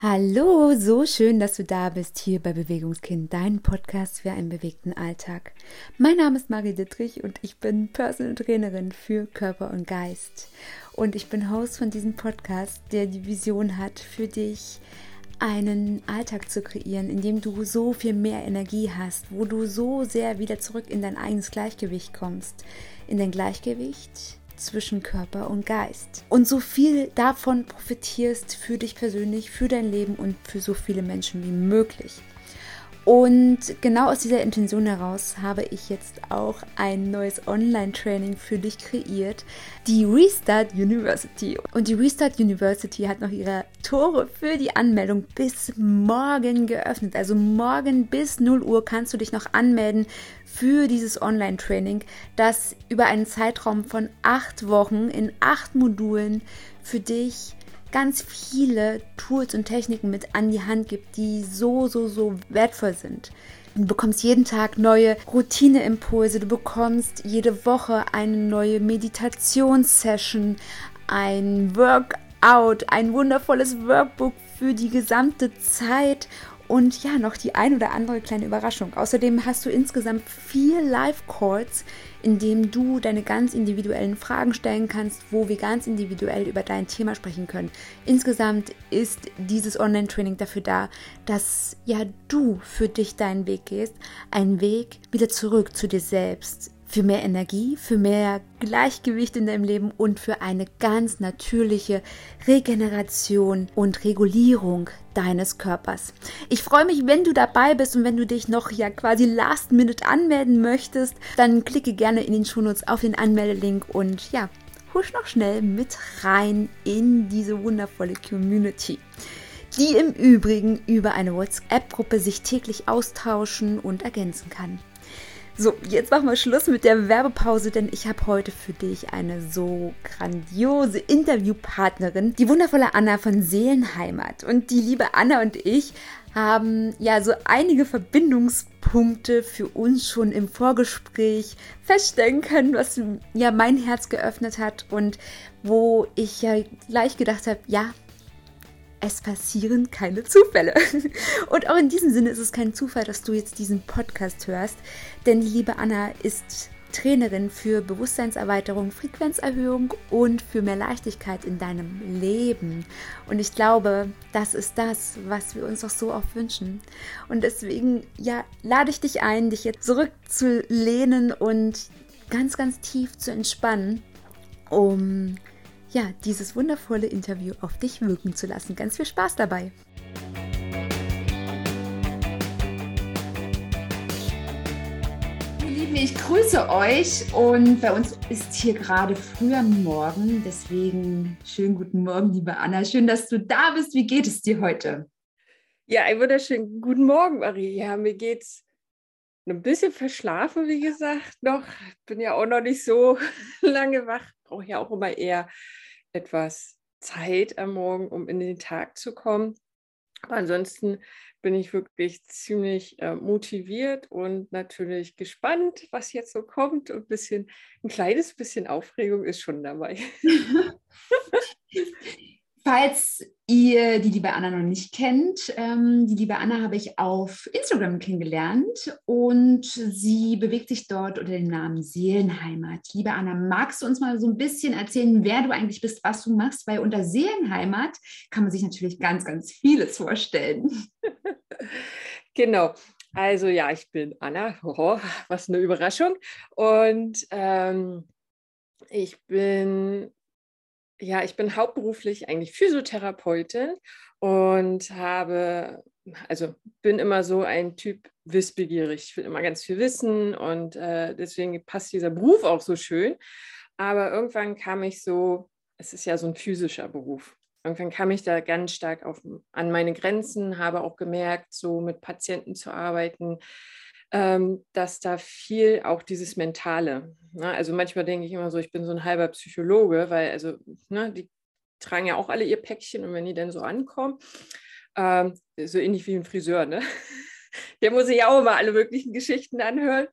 Hallo, so schön, dass du da bist hier bei Bewegungskind, dein Podcast für einen bewegten Alltag. Mein Name ist Marie Dittrich und ich bin Personal Trainerin für Körper und Geist. Und ich bin Host von diesem Podcast, der die Vision hat, für dich einen Alltag zu kreieren, in dem du so viel mehr Energie hast, wo du so sehr wieder zurück in dein eigenes Gleichgewicht kommst. In dein Gleichgewicht zwischen Körper und Geist. Und so viel davon profitierst für dich persönlich, für dein Leben und für so viele Menschen wie möglich. Und genau aus dieser Intention heraus habe ich jetzt auch ein neues Online-Training für dich kreiert, die Restart University. Und die Restart University hat noch ihre Tore für die Anmeldung bis morgen geöffnet. Also morgen bis 0 Uhr kannst du dich noch anmelden für dieses Online-Training, das über einen Zeitraum von 8 Wochen in 8 Modulen für dich ganz viele Tools und Techniken mit an die Hand gibt, die so wertvoll sind. Du bekommst jeden Tag neue Routineimpulse, du bekommst jede Woche eine neue Meditationssession, ein Workout, ein wundervolles Workbook für die gesamte Zeit und ja, noch die ein oder andere kleine Überraschung. Außerdem hast du insgesamt 4 Live-Calls, in dem du deine ganz individuellen Fragen stellen kannst, wo wir ganz individuell über dein Thema sprechen können. Insgesamt ist dieses Online-Training dafür da, dass ja du für dich deinen Weg gehst, einen Weg wieder zurück zu dir selbst, für mehr Energie, für mehr Gleichgewicht in deinem Leben und für eine ganz natürliche Regeneration und Regulierung deines Körpers. Ich freue mich, wenn du dabei bist und wenn du dich noch quasi last minute anmelden möchtest, dann klicke gerne in den Shownotes auf den Anmeldelink und husch noch schnell mit rein in diese wundervolle Community, die im Übrigen über eine WhatsApp-Gruppe sich täglich austauschen und ergänzen kann. So, jetzt machen wir Schluss mit der Werbepause, denn ich habe heute für dich eine so grandiose Interviewpartnerin, die wundervolle Anna von Seelenheimat. Und die liebe Anna und ich haben so einige Verbindungspunkte für uns schon im Vorgespräch feststellen können, was mein Herz geöffnet hat und wo ich gleich gedacht habe, es passieren keine Zufälle. Und auch in diesem Sinne ist es kein Zufall, dass du jetzt diesen Podcast hörst, denn die liebe Anna ist Trainerin für Bewusstseinserweiterung, Frequenzerhöhung und für mehr Leichtigkeit in deinem Leben. Und ich glaube, das ist das, was wir uns auch so oft wünschen. Und deswegen, lade ich dich ein, dich jetzt zurückzulehnen und ganz, ganz tief zu entspannen, um dieses wundervolle Interview auf dich wirken zu lassen. Ganz viel Spaß dabei. Ihr Lieben, ich grüße euch und bei uns ist hier gerade früh am Morgen, deswegen schönen guten Morgen, liebe Anna. Schön, dass du da bist. Wie geht es dir heute? Ja, einen wunderschönen guten Morgen, Marie. Ja, mir geht's ein bisschen verschlafen, wie gesagt, noch. Bin ja auch noch nicht so lange wach. Brauche ja auch immer eher etwas Zeit am Morgen, um in den Tag zu kommen. Aber ansonsten bin ich wirklich ziemlich motiviert und natürlich gespannt, was jetzt so kommt. Und ein kleines bisschen Aufregung ist schon dabei. Falls ihr die liebe Anna noch nicht kennt, die liebe Anna habe ich auf Instagram kennengelernt und sie bewegt sich dort unter dem Namen Seelenheimat. Liebe Anna, magst du uns mal so ein bisschen erzählen, wer du eigentlich bist, was du machst? Weil unter Seelenheimat kann man sich natürlich ganz, ganz vieles vorstellen. Genau. Also ja, ich bin Anna. Oh, was eine Überraschung. Und ich bin hauptberuflich eigentlich Physiotherapeutin und bin immer so ein Typ wissbegierig. Ich will immer ganz viel wissen und deswegen passt dieser Beruf auch so schön. Aber irgendwann es ist ja so ein physischer Beruf. Irgendwann kam ich da ganz stark an meine Grenzen, habe auch gemerkt, so mit Patienten zu arbeiten, dass da viel auch dieses Mentale, ne? Also manchmal denke ich immer so, ich bin so ein halber Psychologe, weil die tragen ja auch alle ihr Päckchen und wenn die dann so ankommen, so ähnlich wie ein Friseur, ne? Der muss sich auch immer alle möglichen Geschichten anhören.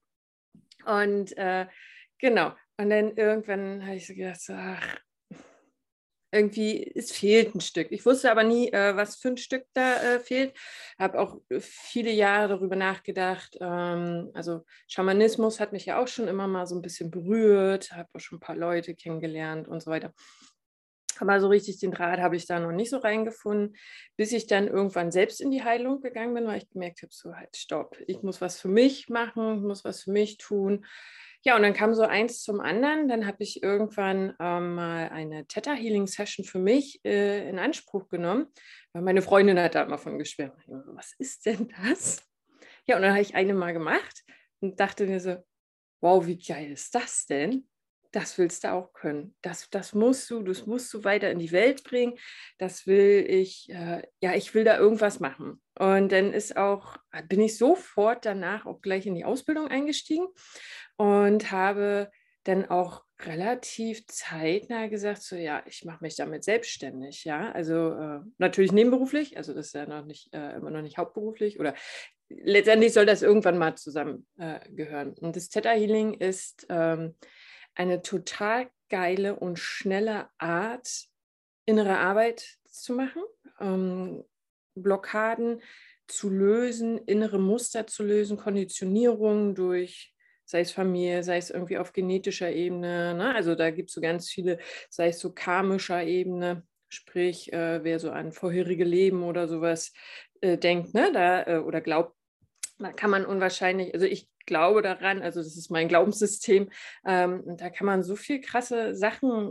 Und genau, und dann irgendwann habe ich so gedacht, so, ach, irgendwie, es fehlt ein Stück. Ich wusste aber nie, was für ein Stück da fehlt. Habe auch viele Jahre darüber nachgedacht. Also Schamanismus hat mich ja auch schon immer mal so ein bisschen berührt, habe auch schon ein paar Leute kennengelernt und so weiter. Aber so richtig den Draht habe ich da noch nicht so reingefunden, bis ich dann irgendwann selbst in die Heilung gegangen bin, weil ich gemerkt habe, so halt, stopp, ich muss was für mich machen, muss was für mich tun. Ja, und dann kam so eins zum anderen. Dann habe ich irgendwann mal eine Theta-Healing-Session für mich in Anspruch genommen, weil meine Freundin hat da immer von geschwärmt. Was ist denn das? Ja, und dann habe ich eine mal gemacht und dachte mir so, wow, wie geil ist das denn? Das willst du auch können. Das musst du weiter in die Welt bringen. Das will ich, ja, ich will da irgendwas machen. Und dann bin ich sofort danach auch gleich in die Ausbildung eingestiegen und habe dann auch relativ zeitnah gesagt, so ja, ich mache mich damit selbstständig, ja, also natürlich nebenberuflich, also das ist ja noch nicht, immer noch nicht hauptberuflich oder letztendlich soll das irgendwann mal zusammen gehören. Und das Theta Healing ist eine total geile und schnelle Art, innere Arbeit zu machen, Blockaden zu lösen, innere Muster zu lösen, Konditionierung durch, sei es Familie, sei es irgendwie auf genetischer Ebene, ne? Also da gibt es so ganz viele, sei es so karmischer Ebene, sprich, wer so an vorherige Leben oder sowas denkt, ne? Oder glaubt, da kann man unwahrscheinlich, also ich glaube daran, also das ist mein Glaubenssystem, und da kann man so viel krasse Sachen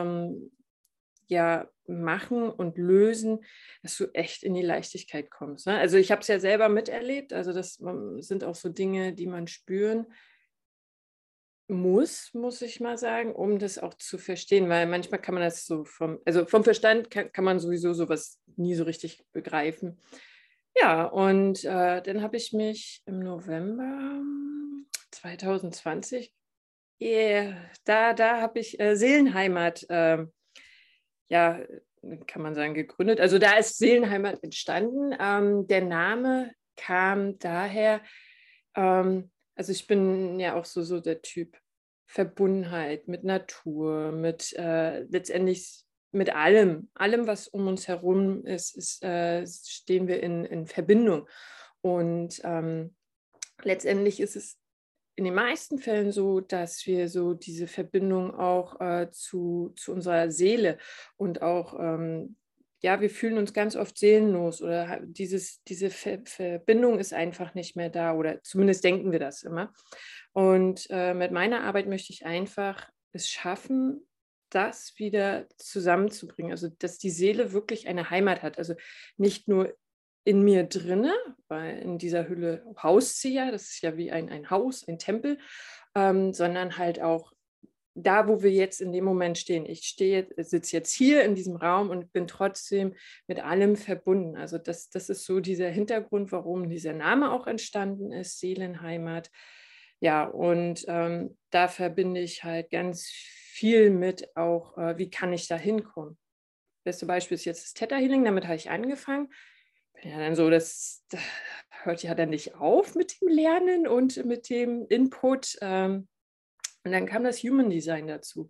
ja machen und lösen, dass du echt in die Leichtigkeit kommst. Ne? Also ich habe es ja selber miterlebt, also das sind auch so Dinge, die man spüren muss ich mal sagen, um das auch zu verstehen, weil manchmal kann man das so vom Verstand kann man sowieso sowas nie so richtig begreifen. Ja, und dann habe ich mich im November 2020, da habe ich Seelenheimat, ja, kann man sagen, gegründet. Also da ist Seelenheimat entstanden. Der Name kam daher, also ich bin ja auch so der Typ Verbundenheit mit Natur, mit letztendlich mit allem, was um uns herum stehen wir in Verbindung. Und letztendlich ist es in den meisten Fällen so, dass wir so diese Verbindung auch zu unserer Seele und auch, ja, wir fühlen uns ganz oft seelenlos oder diese Verbindung ist einfach nicht mehr da oder zumindest denken wir das immer. Und mit meiner Arbeit möchte ich einfach es schaffen, das wieder zusammenzubringen, also dass die Seele wirklich eine Heimat hat, also nicht nur in mir drinne, weil in dieser Hülle haust sie ja, das ist ja wie ein Haus, ein Tempel, sondern halt auch da, wo wir jetzt in dem Moment stehen. Sitze jetzt hier in diesem Raum und bin trotzdem mit allem verbunden. Also das ist so dieser Hintergrund, warum dieser Name auch entstanden ist, Seelenheimat. Ja, und da verbinde ich halt ganz viel mit auch, wie kann ich da hinkommen. Beste Beispiel ist jetzt das Theta Healing, damit habe ich angefangen. Ja, dann so, das hört ja dann nicht auf mit dem Lernen und mit dem Input. Und dann kam das Human Design dazu.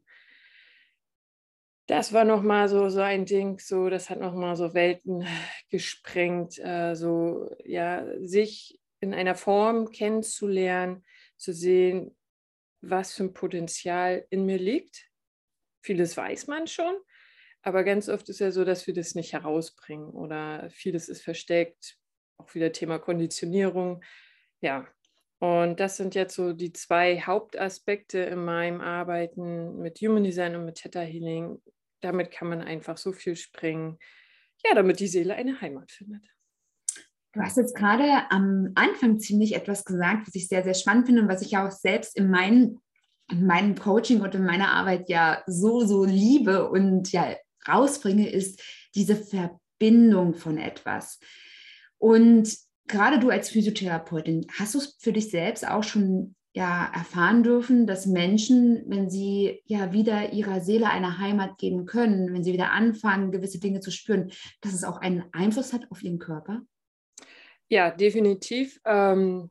Das war nochmal so ein Ding, so, das hat nochmal so Welten gesprengt, so, ja, sich in einer Form kennenzulernen, zu sehen, was für ein Potenzial in mir liegt. Vieles weiß man schon, aber ganz oft ist ja so, dass wir das nicht herausbringen oder vieles ist versteckt. Auch wieder Thema Konditionierung. Ja, und das sind jetzt so die zwei Hauptaspekte in meinem Arbeiten mit Human Design und mit Theta Healing. Damit kann man einfach so viel springen, ja, damit die Seele eine Heimat findet. Du hast jetzt gerade am Anfang ziemlich etwas gesagt, was ich sehr, sehr spannend finde und was ich ja auch selbst in meinem Coaching und in meiner Arbeit ja so liebe und ja rausbringe, ist diese Verbindung von etwas. Und gerade du als Physiotherapeutin, hast du es für dich selbst auch schon ja erfahren dürfen, dass Menschen, wenn sie ja wieder ihrer Seele eine Heimat geben können, wenn sie wieder anfangen, gewisse Dinge zu spüren, dass es auch einen Einfluss hat auf ihren Körper? Ja, definitiv. Also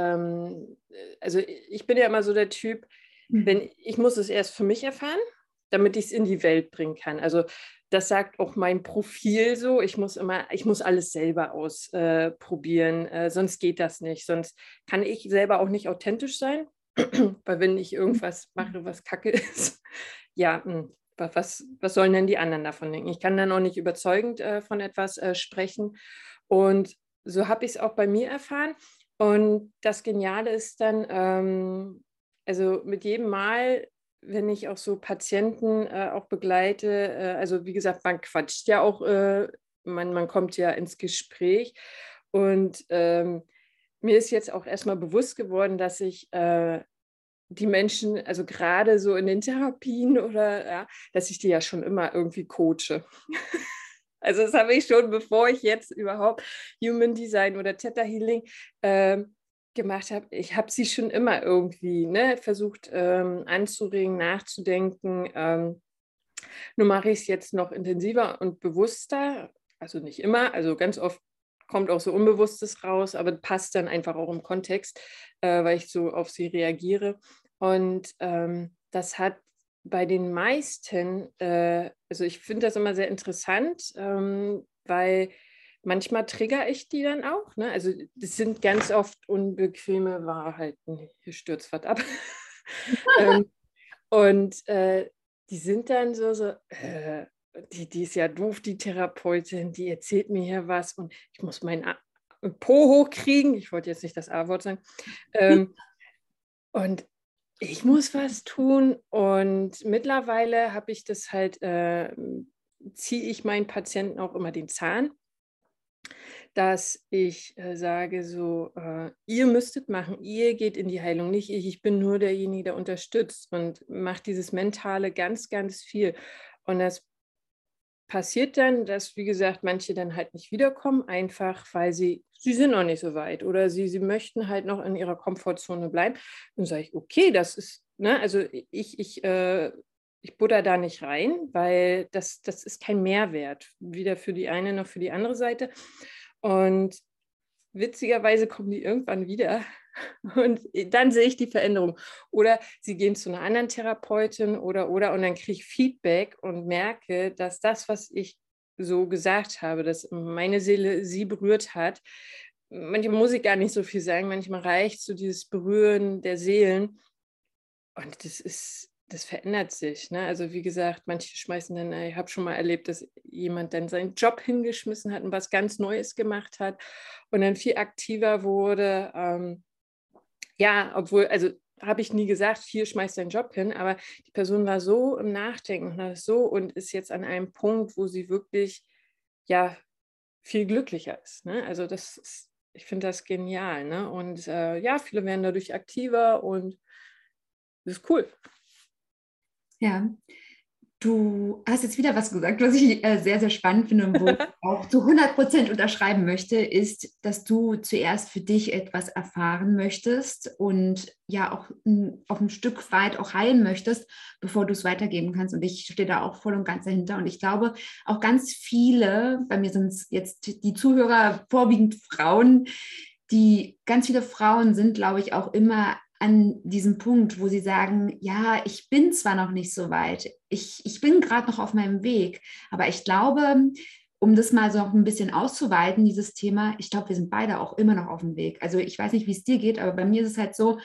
ich bin ja immer so der Typ, ich muss es erst für mich erfahren, damit ich es in die Welt bringen kann. Also das sagt auch mein Profil so. Ich muss alles selber ausprobieren, sonst geht das nicht. Sonst kann ich selber auch nicht authentisch sein, weil wenn ich irgendwas mache, was Kacke ist, ja, was sollen denn die anderen davon denken? Ich kann dann auch nicht überzeugend von etwas sprechen. Und so habe ich es auch bei mir erfahren. Und das Geniale ist dann, also mit jedem Mal, wenn ich auch so Patienten auch begleite, also wie gesagt, man quatscht ja auch, man kommt ja ins Gespräch. Und mir ist jetzt auch erstmal bewusst geworden, dass ich die Menschen, also gerade so in den Therapien oder ja, dass ich die ja schon immer irgendwie coache. Also das habe ich schon, bevor ich jetzt überhaupt Human Design oder Theta Healing gemacht habe. Ich habe sie schon immer irgendwie versucht anzuregen, nachzudenken. Nur mache ich es jetzt noch intensiver und bewusster. Also nicht immer, also ganz oft kommt auch so Unbewusstes raus, aber passt dann einfach auch im Kontext, weil ich so auf sie reagiere. Und das hat bei den meisten, also ich finde das immer sehr interessant, weil manchmal triggere ich die dann auch. Ne? Also das sind ganz oft unbequeme Wahrheiten. Hier stürzt was ab. Und die sind dann die ist ja doof, die Therapeutin, die erzählt mir hier was und ich muss meinen Po hochkriegen. Ich wollte jetzt nicht das A-Wort sagen. Und ich muss was tun. Und mittlerweile habe ich das halt, ziehe ich meinen Patienten auch immer den Zahn, dass ich sage so, ihr müsstet machen, ihr geht in die Heilung, nicht ich. Ich bin nur derjenige, der unterstützt und macht dieses Mentale ganz, ganz viel. Und das passiert dann, dass, wie gesagt, manche dann halt nicht wiederkommen, einfach weil sie sind noch nicht so weit oder sie möchten halt noch in ihrer Komfortzone bleiben. Dann sage ich, okay, das ist, also ich butter da nicht rein, weil das ist kein Mehrwert, weder für die eine noch für die andere Seite. Und witzigerweise kommen die irgendwann wieder und dann sehe ich die Veränderung. Oder sie gehen zu einer anderen Therapeutin oder und dann kriege ich Feedback und merke, dass das, was ich so gesagt habe, dass meine Seele sie berührt hat, manchmal muss ich gar nicht so viel sagen, manchmal reicht so dieses Berühren der Seelen und das verändert sich. Ne? Also wie gesagt, manche schmeißen dann, ich habe schon mal erlebt, dass jemand dann seinen Job hingeschmissen hat und was ganz Neues gemacht hat und dann viel aktiver wurde. Ja, obwohl, also habe ich nie gesagt, viel schmeißt deinen Job hin, aber die Person war so im Nachdenken und ist jetzt an einem Punkt, wo sie wirklich ja viel glücklicher ist. Ne? Also ich finde das genial. Ne? Und ja, viele werden dadurch aktiver und das ist cool. Ja, du hast jetzt wieder was gesagt, was ich sehr, sehr spannend finde und wo ich auch zu 100% unterschreiben möchte, ist, dass du zuerst für dich etwas erfahren möchtest und ja auch auf ein Stück weit auch heilen möchtest, bevor du es weitergeben kannst. Und ich stehe da auch voll und ganz dahinter. Und ich glaube, auch ganz viele, bei mir sind es jetzt die Zuhörer vorwiegend Frauen, ganz viele Frauen sind, glaube ich, auch immer an diesem Punkt, wo sie sagen, ja, ich bin zwar noch nicht so weit, ich bin gerade noch auf meinem Weg, aber ich glaube, um das mal so noch ein bisschen auszuweiten, dieses Thema, ich glaube, wir sind beide auch immer noch auf dem Weg. Also ich weiß nicht, wie es dir geht, aber bei mir ist es halt so,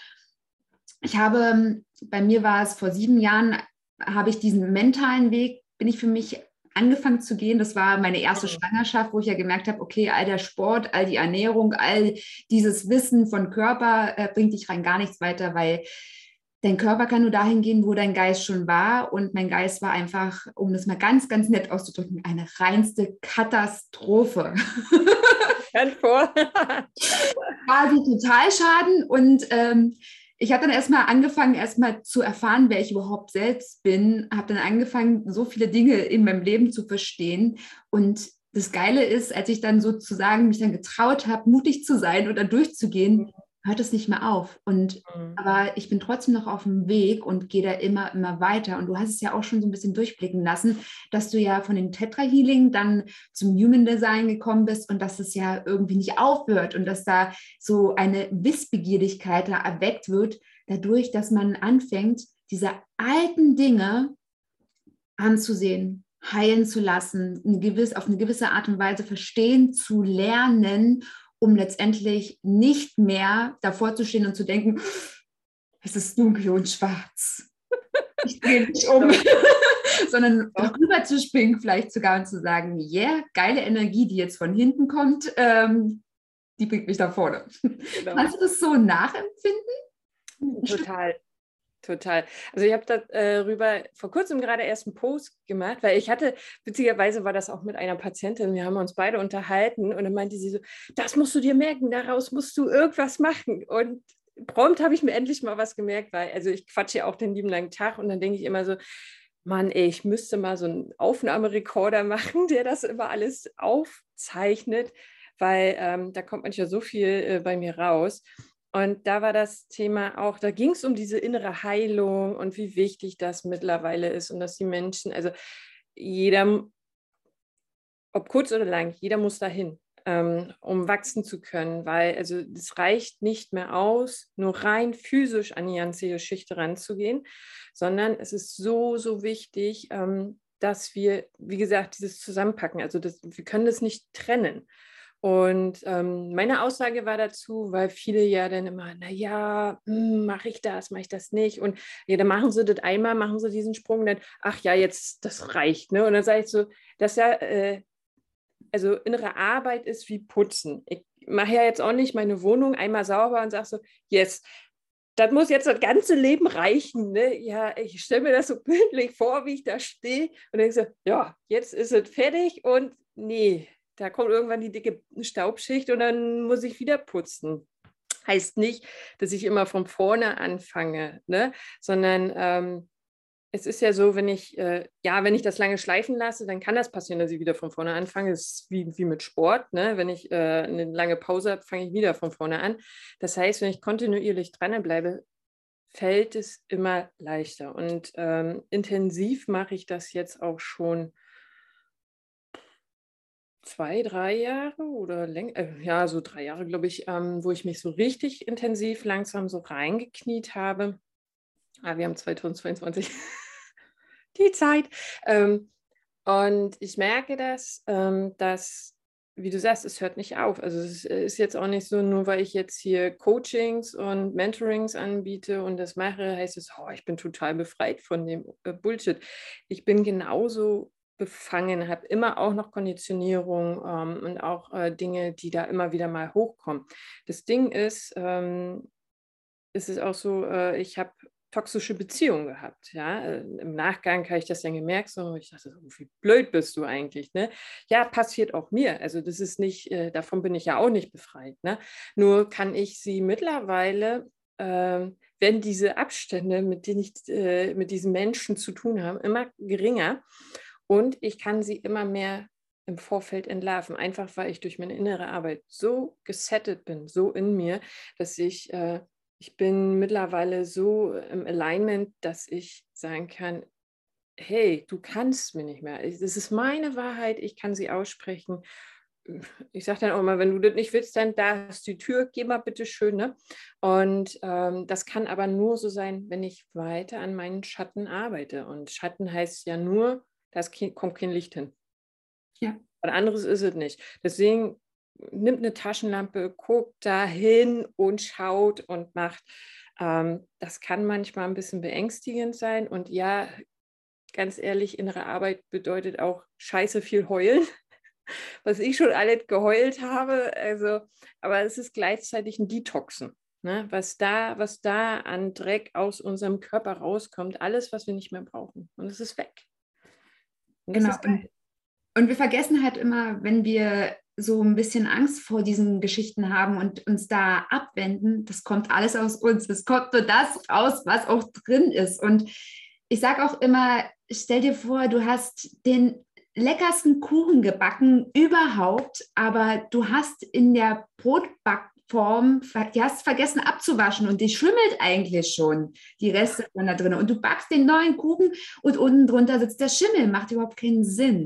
bei mir war es vor 7 Jahren, habe ich diesen mentalen Weg, bin ich für mich angefangen zu gehen. Das war meine erste Schwangerschaft, wo ich ja gemerkt habe, okay, all der Sport, all die Ernährung, all dieses Wissen von Körper bringt dich rein gar nichts weiter, weil dein Körper kann nur dahin gehen, wo dein Geist schon war. Und mein Geist war einfach, um das mal ganz, ganz nett auszudrücken, eine reinste Katastrophe. Vor. Quasi total schaden. Und ich habe dann erstmal zu erfahren, wer ich überhaupt selbst bin, habe dann angefangen, so viele Dinge in meinem Leben zu verstehen. Und das Geile ist, als ich dann sozusagen mich dann getraut habe, mutig zu sein und da durchzugehen, hört es nicht mehr auf. Aber ich bin trotzdem noch auf dem Weg und gehe da immer, immer weiter. Und du hast es ja auch schon so ein bisschen durchblicken lassen, dass du ja von dem Theta Healing dann zum Human Design gekommen bist und dass es ja irgendwie nicht aufhört und dass da so eine Wissbegierlichkeit da erweckt wird, dadurch, dass man anfängt, diese alten Dinge, anzusehen, heilen zu lassen, auf eine gewisse Art und Weise verstehen zu lernen, um letztendlich nicht mehr davor zu stehen und zu denken, es ist dunkel und schwarz. Ich drehe mich um. Sondern darüber zu springen, vielleicht sogar und zu sagen, yeah, geile Energie, die jetzt von hinten kommt, die bringt mich da vorne. Genau. Kannst du das so nachempfinden? Total. Total. Also ich habe darüber vor kurzem gerade erst einen Post gemacht, weil ich hatte, witzigerweise war das auch mit einer Patientin, wir haben uns beide unterhalten und dann meinte sie so, das musst du dir merken, daraus musst du irgendwas machen. Und prompt habe ich mir endlich mal was gemerkt, weil also ich quatsche ja auch den lieben langen Tag und dann denke ich immer so, Mann, ey, ich müsste mal so einen Aufnahmerekorder machen, der das immer alles aufzeichnet, weil da kommt manchmal so viel bei mir raus. Und da war das Thema auch, da ging es um diese innere Heilung und wie wichtig das mittlerweile ist und dass die Menschen, also jeder, ob kurz oder lang, jeder muss dahin, um wachsen zu können, weil also es reicht nicht mehr aus, nur rein physisch an die ganze Schicht ranzugehen, sondern es ist so, so wichtig, dass wir, wie gesagt, dieses Zusammenpacken, also wir können das nicht trennen. Und meine Aussage war dazu, weil viele ja dann immer, naja, mache ich das nicht? Und ja, dann machen sie das einmal, machen sie diesen Sprung, dann, ach ja, jetzt, das reicht. Ne? Und dann sage ich so, dass ja, also innere Arbeit ist wie Putzen. Ich mache ja jetzt auch nicht meine Wohnung einmal sauber und sage so, yes, das muss jetzt das ganze Leben reichen. Ne? Ja, ich stelle mir das so bildlich vor, wie ich da stehe und denke so, ja, jetzt ist es fertig und nee, da kommt irgendwann die dicke Staubschicht und dann muss ich wieder putzen. Heißt nicht, dass ich immer von vorne anfange, ne? Sondern es ist ja so, wenn ich das lange schleifen lasse, dann kann das passieren, dass ich wieder von vorne anfange. Das ist wie mit Sport, ne? Wenn ich eine lange Pause habe, fange ich wieder von vorne an. Das heißt, wenn ich kontinuierlich dranbleibe, fällt es immer leichter. Und intensiv mache ich das jetzt auch schon 2, 3 Jahre oder länger, ja, so 3 Jahre, glaube ich, wo ich mich so richtig intensiv langsam so reingekniet habe. Wir haben 2022 die Zeit. Und ich merke dass, wie du sagst, es hört nicht auf. Also es ist jetzt auch nicht so, nur weil ich jetzt hier Coachings und Mentorings anbiete und das mache, heißt es, oh, ich bin total befreit von dem Bullshit. Ich bin genauso befangen, habe immer auch noch Konditionierung und auch Dinge, die da immer wieder mal hochkommen. Das Ding ist, es ist auch so, ich habe toxische Beziehungen gehabt. Ja? Im Nachgang habe ich das dann gemerkt, so, ich dachte, so, wie blöd bist du eigentlich? Ne? Ja, passiert auch mir. Also das ist nicht, davon bin ich ja auch nicht befreit. Ne? Nur kann ich sie mittlerweile, werden diese Abstände, mit denen ich mit diesen Menschen zu tun habe, immer geringer. Und ich kann sie immer mehr im Vorfeld entlarven, einfach weil ich durch meine innere Arbeit so gesettet bin, so in mir, dass ich bin mittlerweile so im Alignment, dass ich sagen kann, hey, du kannst mir nicht mehr. Das ist meine Wahrheit, ich kann sie aussprechen. Ich sage dann auch mal, wenn du das nicht willst, dann da ist die Tür, geh mal bitte schön. Ne? Und das kann aber nur so sein, wenn ich weiter an meinen Schatten arbeite. Und Schatten heißt ja nur, da kommt kein Licht hin. Ja. Was anderes ist es nicht. Deswegen nimmt eine Taschenlampe, guckt dahin und schaut und macht. Das kann manchmal ein bisschen beängstigend sein. Und ja, ganz ehrlich, innere Arbeit bedeutet auch scheiße viel heulen, was ich schon alles geheult habe. Also, aber es ist gleichzeitig ein Detoxen. Ne? Was da an Dreck aus unserem Körper rauskommt, alles, was wir nicht mehr brauchen. Und es ist weg. Und das Genau. ist geil. Und wir vergessen halt immer, wenn wir so ein bisschen Angst vor diesen Geschichten haben und uns da abwenden, das kommt alles aus uns. Es kommt nur das raus, was auch drin ist. Und ich sage auch immer, stell dir vor, du hast den leckersten Kuchen gebacken überhaupt, aber du hast in der Brotbackform, die hast vergessen abzuwaschen und die schimmelt eigentlich schon, die Reste von da drin. Und du backst den neuen Kuchen und unten drunter sitzt der Schimmel, macht überhaupt keinen Sinn.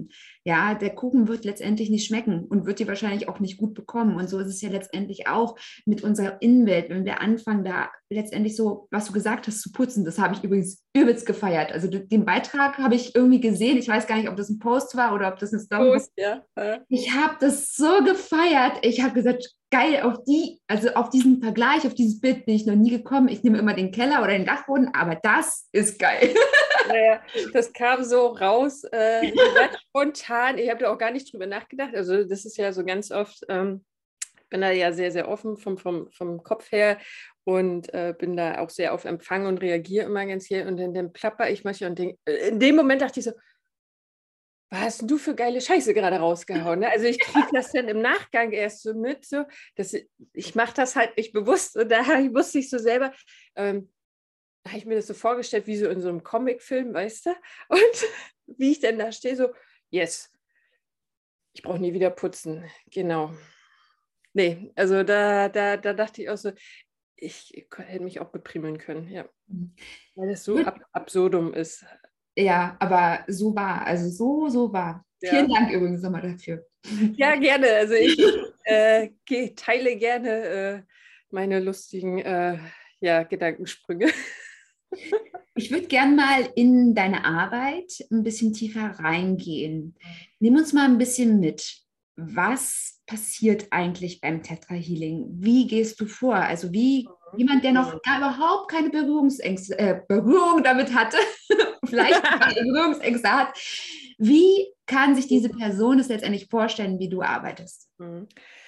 ja, der Kuchen wird letztendlich nicht schmecken und wird dir wahrscheinlich auch nicht gut bekommen. Und so ist es ja letztendlich auch mit unserer Innenwelt, wenn wir anfangen, da letztendlich so, was du gesagt hast, zu putzen. Das habe ich übrigens übelst gefeiert. Also den Beitrag habe ich irgendwie gesehen. Ich weiß gar nicht, ob das ein Post war oder ob das eine Story war. Prost, ja. Ich habe das so gefeiert. Ich habe gesagt, geil, also auf diesen Vergleich, auf dieses Bild bin ich noch nie gekommen. Ich nehme immer den Keller oder den Dachboden, aber das ist geil. Naja, das kam so raus, ganz spontan. Ich habe da auch gar nicht drüber nachgedacht. Also das ist ja so ganz oft, bin da ja sehr, sehr offen vom Kopf her und bin da auch sehr auf Empfang und reagiere immer ganz hier. Und dann plapper ich manchmal und in dem Moment dachte ich so, was hast denn du für geile Scheiße gerade rausgehauen? Ne? Also ich kriege das dann im Nachgang erst so mit, so, dass ich mache das halt nicht bewusst und da wusste ich so selber, da habe ich mir das so vorgestellt, wie so in so einem Comicfilm, weißt du? Und wie ich dann da stehe, so, yes, ich brauche nie wieder putzen. Genau. Nee, also da dachte ich auch so, ich hätte mich auch beprimeln können, ja. Weil es so absurdum ist. Ja, aber so war, also so war. Vielen Ja, Dank übrigens nochmal dafür. ja gerne. Also ich teile gerne meine lustigen ja, Gedankensprünge. Ich würde gern mal in deine Arbeit ein bisschen tiefer reingehen. Nimm uns mal ein bisschen mit. Was passiert eigentlich beim Theta Healing? Wie gehst du vor? Also wie jemand, der noch gar überhaupt keine Berührung damit hatte, vielleicht keine Berührungsängste hat, wie kann sich diese Person es letztendlich vorstellen, wie du arbeitest? Mhm.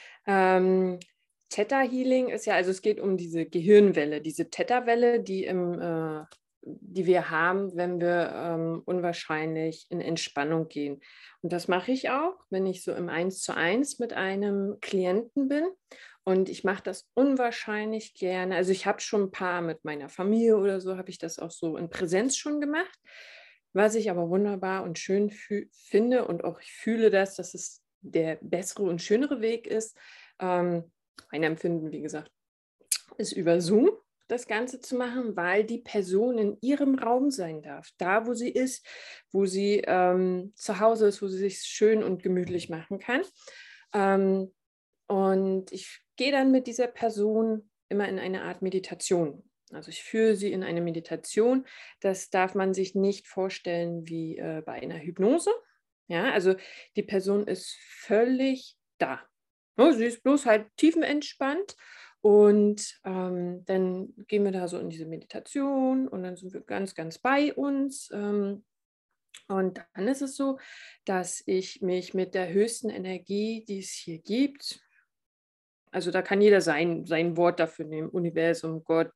Theta Healing ist ja, also es geht um diese Gehirnwelle, diese Theta-Welle, die wir haben, wenn wir unwahrscheinlich in Entspannung gehen. Und das mache ich auch, wenn ich so im 1:1 mit einem Klienten bin. Und ich mache das unwahrscheinlich gerne. Also ich habe schon ein paar mit meiner Familie oder so, habe ich das auch so in Präsenz schon gemacht. Was ich aber wunderbar und schön finde und auch ich fühle das, dass es der bessere und schönere Weg ist. Mein Empfinden, wie gesagt, ist über Zoom das Ganze zu machen, weil die Person in ihrem Raum sein darf, da wo sie ist, wo sie zu Hause ist, wo sie sich schön und gemütlich machen kann. Und ich gehe dann mit dieser Person immer in eine Art Meditation. Also ich führe sie in eine Meditation. Das darf man sich nicht vorstellen wie bei einer Hypnose. Ja, also die Person ist völlig da. Ja, sie ist bloß halt tiefenentspannt und dann gehen wir da so in diese Meditation und dann sind wir ganz, ganz bei uns. Und dann ist es so, dass ich mich mit der höchsten Energie, die es hier gibt, also da kann jeder sein Wort dafür nehmen, Universum, Gott.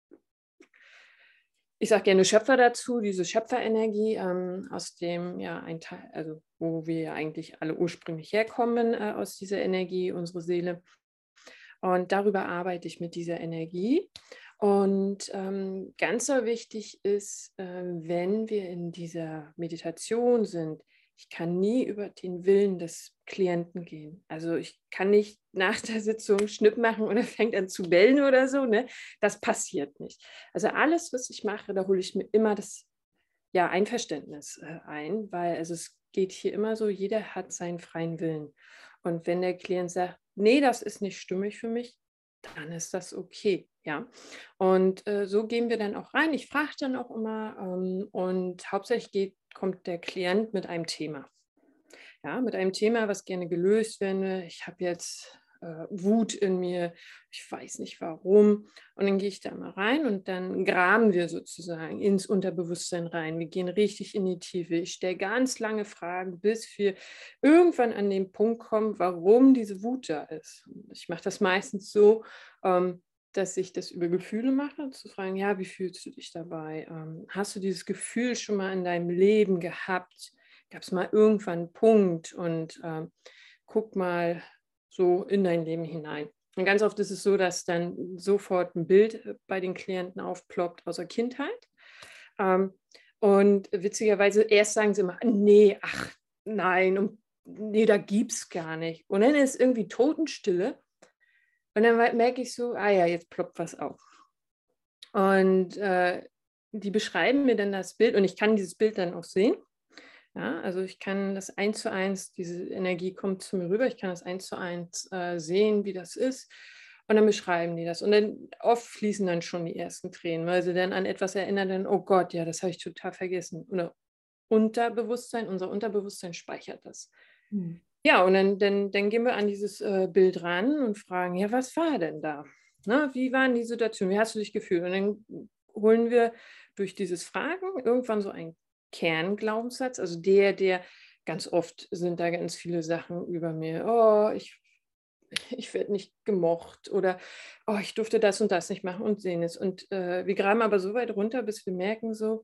Ich sage gerne Schöpfer dazu, diese Schöpferenergie, aus dem ja ein Teil, also wo wir ja eigentlich alle ursprünglich herkommen, aus dieser Energie, unsere Seele. Und darüber arbeite ich mit dieser Energie. Und ganz so wichtig ist, wenn wir in dieser Meditation sind, ich kann nie über den Willen des Klienten gehen. Also ich kann nicht nach der Sitzung Schnipp machen und er fängt an zu bellen oder so. Ne? Das passiert nicht. Also alles, was ich mache, da hole ich mir immer das ja, Einverständnis ein, weil also es geht hier immer so, jeder hat seinen freien Willen. Und wenn der Klient sagt, nee, das ist nicht stimmig für mich, dann ist das okay, ja. Und so gehen wir dann auch rein. Ich frage dann auch immer und hauptsächlich kommt der Klient mit einem Thema. Ja, mit einem Thema, was gerne gelöst werden will. Ich habe jetzt Wut in mir, ich weiß nicht warum. Und dann gehe ich da mal rein und dann graben wir sozusagen ins Unterbewusstsein rein. Wir gehen richtig in die Tiefe. Ich stelle ganz lange Fragen, bis wir irgendwann an den Punkt kommen, warum diese Wut da ist. Ich mache das meistens so, dass ich das über Gefühle mache, zu fragen, ja, wie fühlst du dich dabei? Hast du dieses Gefühl schon mal in deinem Leben gehabt? Gab es mal irgendwann einen Punkt und guck mal so in dein Leben hinein. Und ganz oft ist es so, dass dann sofort ein Bild bei den Klienten aufploppt aus der Kindheit. Und witzigerweise erst sagen sie immer, nee, ach nein, nee, da gibt's gar nicht. Und dann ist irgendwie Totenstille. Und dann merke ich so, ah ja, jetzt ploppt was auf. Und die beschreiben mir dann das Bild und ich kann dieses Bild dann auch sehen. Ja, also ich kann das 1:1, diese Energie kommt zu mir rüber, ich kann das 1:1 sehen, wie das ist. Und dann beschreiben die das. Und dann oft fließen dann schon die ersten Tränen, weil sie dann an etwas erinnern, dann, oh Gott, ja, das habe ich total vergessen. Oder unser Unterbewusstsein speichert das. Hm. Ja, und dann gehen wir an dieses Bild ran und fragen, ja, was war denn da? Ne, wie waren die Situation? Wie hast du dich gefühlt? Und dann holen wir durch dieses Fragen irgendwann so einen Kernglaubenssatz, also der ganz oft sind da ganz viele Sachen über mir. Oh, ich werde nicht gemocht oder oh, ich durfte das und das nicht machen und sehen es. Und wir graben aber so weit runter, bis wir merken so,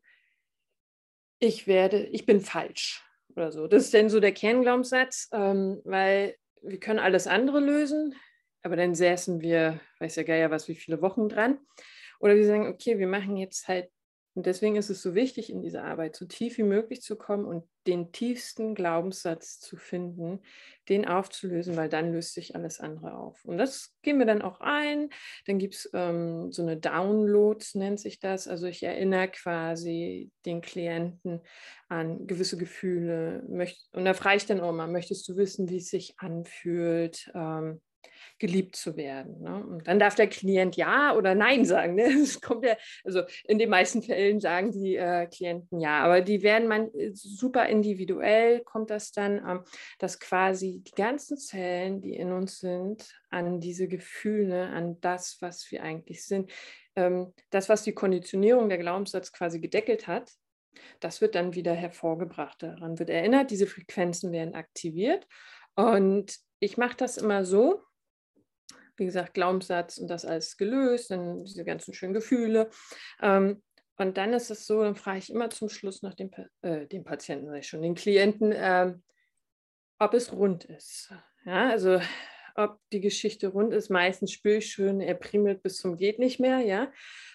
ich bin falsch oder so. Das ist dann so der Kernglaubenssatz, weil wir können alles andere lösen, aber dann säßen wir, weiß der Geier was, wie viele Wochen dran. Oder wir sagen, okay, wir machen jetzt halt, und deswegen ist es so wichtig, in diese Arbeit so tief wie möglich zu kommen und den tiefsten Glaubenssatz zu finden, den aufzulösen, weil dann löst sich alles andere auf. Und das gehen wir dann auch ein. Dann gibt es so eine Downloads, nennt sich das. Also ich erinnere quasi den Klienten an gewisse Gefühle. Und da frage ich dann auch mal, möchtest du wissen, wie es sich anfühlt? Geliebt zu werden. Ne? Und dann darf der Klient Ja oder Nein sagen. Ne? Das kommt ja, also in den meisten Fällen sagen die Klienten Ja, aber die werden super individuell, kommt das dann, dass quasi die ganzen Zellen, die in uns sind, an diese Gefühle, an das, was wir eigentlich sind, das, was die Konditionierung, der Glaubenssatz quasi gedeckelt hat, das wird dann wieder hervorgebracht. Daran wird erinnert, diese Frequenzen werden aktiviert. Und ich mache das immer so, wie gesagt, Glaubenssatz und das alles gelöst, dann diese ganzen schönen Gefühle. Und dann ist es so, dann frage ich immer zum Schluss nach dem Patienten, sag ich schon, den Klienten, ob es rund ist. Ja, also ob die Geschichte rund ist. Meistens spüre ich schön, er primelt bis zum geht nicht mehr, ja.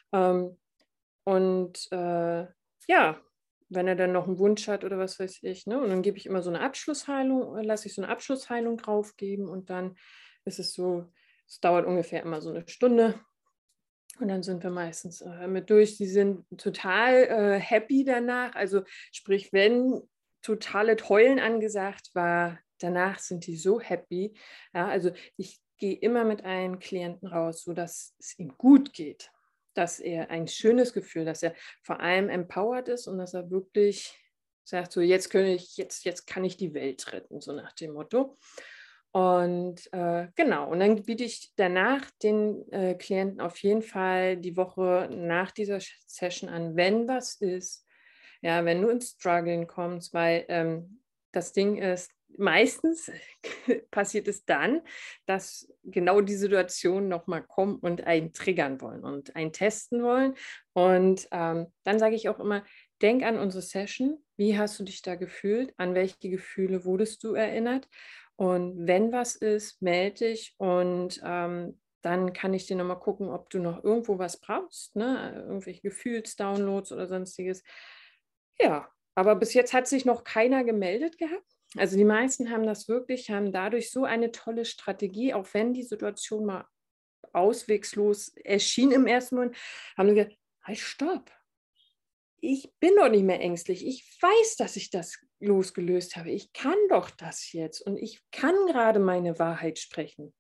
Ja, wenn er dann noch einen Wunsch hat oder was weiß ich, ne? Und dann gebe ich immer so eine Abschlussheilung, lasse ich so eine Abschlussheilung draufgeben und dann ist es so, es dauert ungefähr immer so eine Stunde und dann sind wir meistens mit durch. Die sind total happy danach. Also sprich, wenn totale Heulen angesagt war, danach sind die so happy. Ja, also ich gehe immer mit einem Klienten raus, sodass es ihm gut geht, dass er ein schönes Gefühl, dass er vor allem empowered ist und dass er wirklich sagt, so jetzt kann ich die Welt retten, so nach dem Motto. Und genau, und dann biete ich danach den Klienten auf jeden Fall die Woche nach dieser Session an, wenn was ist, ja, wenn du ins Struggeln kommst, weil das Ding ist, meistens passiert es dann, dass genau die Situationen nochmal kommen und einen triggern wollen und einen testen wollen. Und dann sage ich auch immer, denk an unsere Session, wie hast du dich da gefühlt, an welche Gefühle wurdest du erinnert? Und wenn was ist, melde dich und dann kann ich dir nochmal gucken, ob du noch irgendwo was brauchst, ne? Irgendwelche Gefühlsdownloads oder sonstiges. Ja, aber bis jetzt hat sich noch keiner gemeldet gehabt. Also die meisten haben dadurch so eine tolle Strategie, auch wenn die Situation mal auswegslos erschien im ersten Moment, haben sie gesagt, halt, stopp. Ich bin doch nicht mehr ängstlich. Ich weiß, dass ich das losgelöst habe. Ich kann doch das jetzt und ich kann gerade meine Wahrheit sprechen.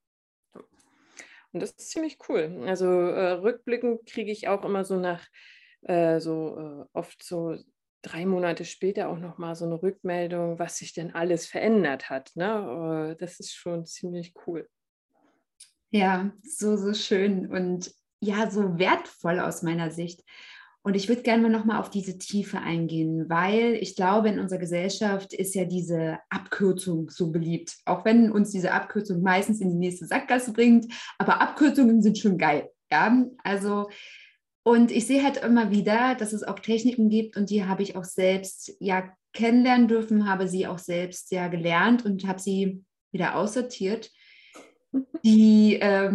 Und das ist ziemlich cool. Also rückblickend kriege ich auch immer so nach oft so 3 Monate später auch nochmal so eine Rückmeldung, was sich denn alles verändert hat. Ne? Das ist schon ziemlich cool. Ja, so, so schön und ja, so wertvoll aus meiner Sicht. Und ich würde gerne mal nochmal auf diese Tiefe eingehen, weil ich glaube, in unserer Gesellschaft ist ja diese Abkürzung so beliebt. Auch wenn uns diese Abkürzung meistens in die nächste Sackgasse bringt, aber Abkürzungen sind schon geil. Ja, also, und ich sehe halt immer wieder, dass es auch Techniken gibt und die habe ich auch selbst ja kennenlernen dürfen, habe sie auch selbst ja gelernt und habe sie wieder aussortiert. Die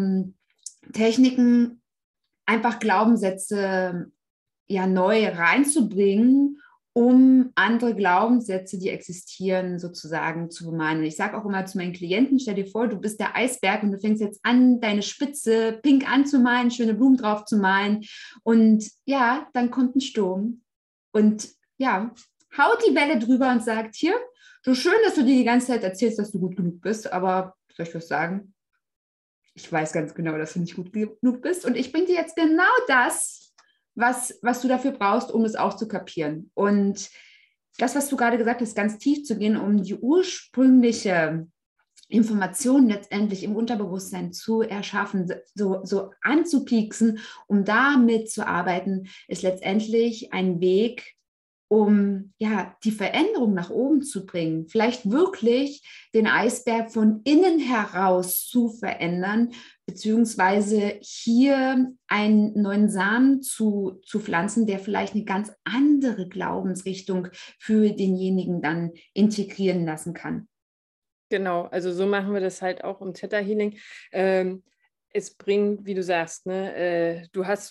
Techniken, einfach Glaubenssätze ja neu reinzubringen, um andere Glaubenssätze, die existieren, sozusagen zu bemalen. Ich sage auch immer zu meinen Klienten, stell dir vor, du bist der Eisberg und du fängst jetzt an, deine Spitze pink anzumalen, schöne Blumen drauf zu malen und ja, dann kommt ein Sturm und ja, haut die Welle drüber und sagt, hier, so schön, dass du dir die ganze Zeit erzählst, dass du gut genug bist, aber soll ich was sagen? Ich weiß ganz genau, dass du nicht gut genug bist und ich bringe dir jetzt genau das, was du dafür brauchst, um es auch zu kapieren. Und das, was du gerade gesagt hast, ganz tief zu gehen, um die ursprüngliche Informationen letztendlich im Unterbewusstsein zu erschaffen, so anzupieksen, um damit zu arbeiten, ist letztendlich ein Weg, um ja die Veränderung nach oben zu bringen, vielleicht wirklich den Eisberg von innen heraus zu verändern, beziehungsweise hier einen neuen Samen zu pflanzen, der vielleicht eine ganz andere Glaubensrichtung für denjenigen dann integrieren lassen kann. Genau, also so machen wir das halt auch im Theta Healing. Es bringt, wie du sagst, ne, du hast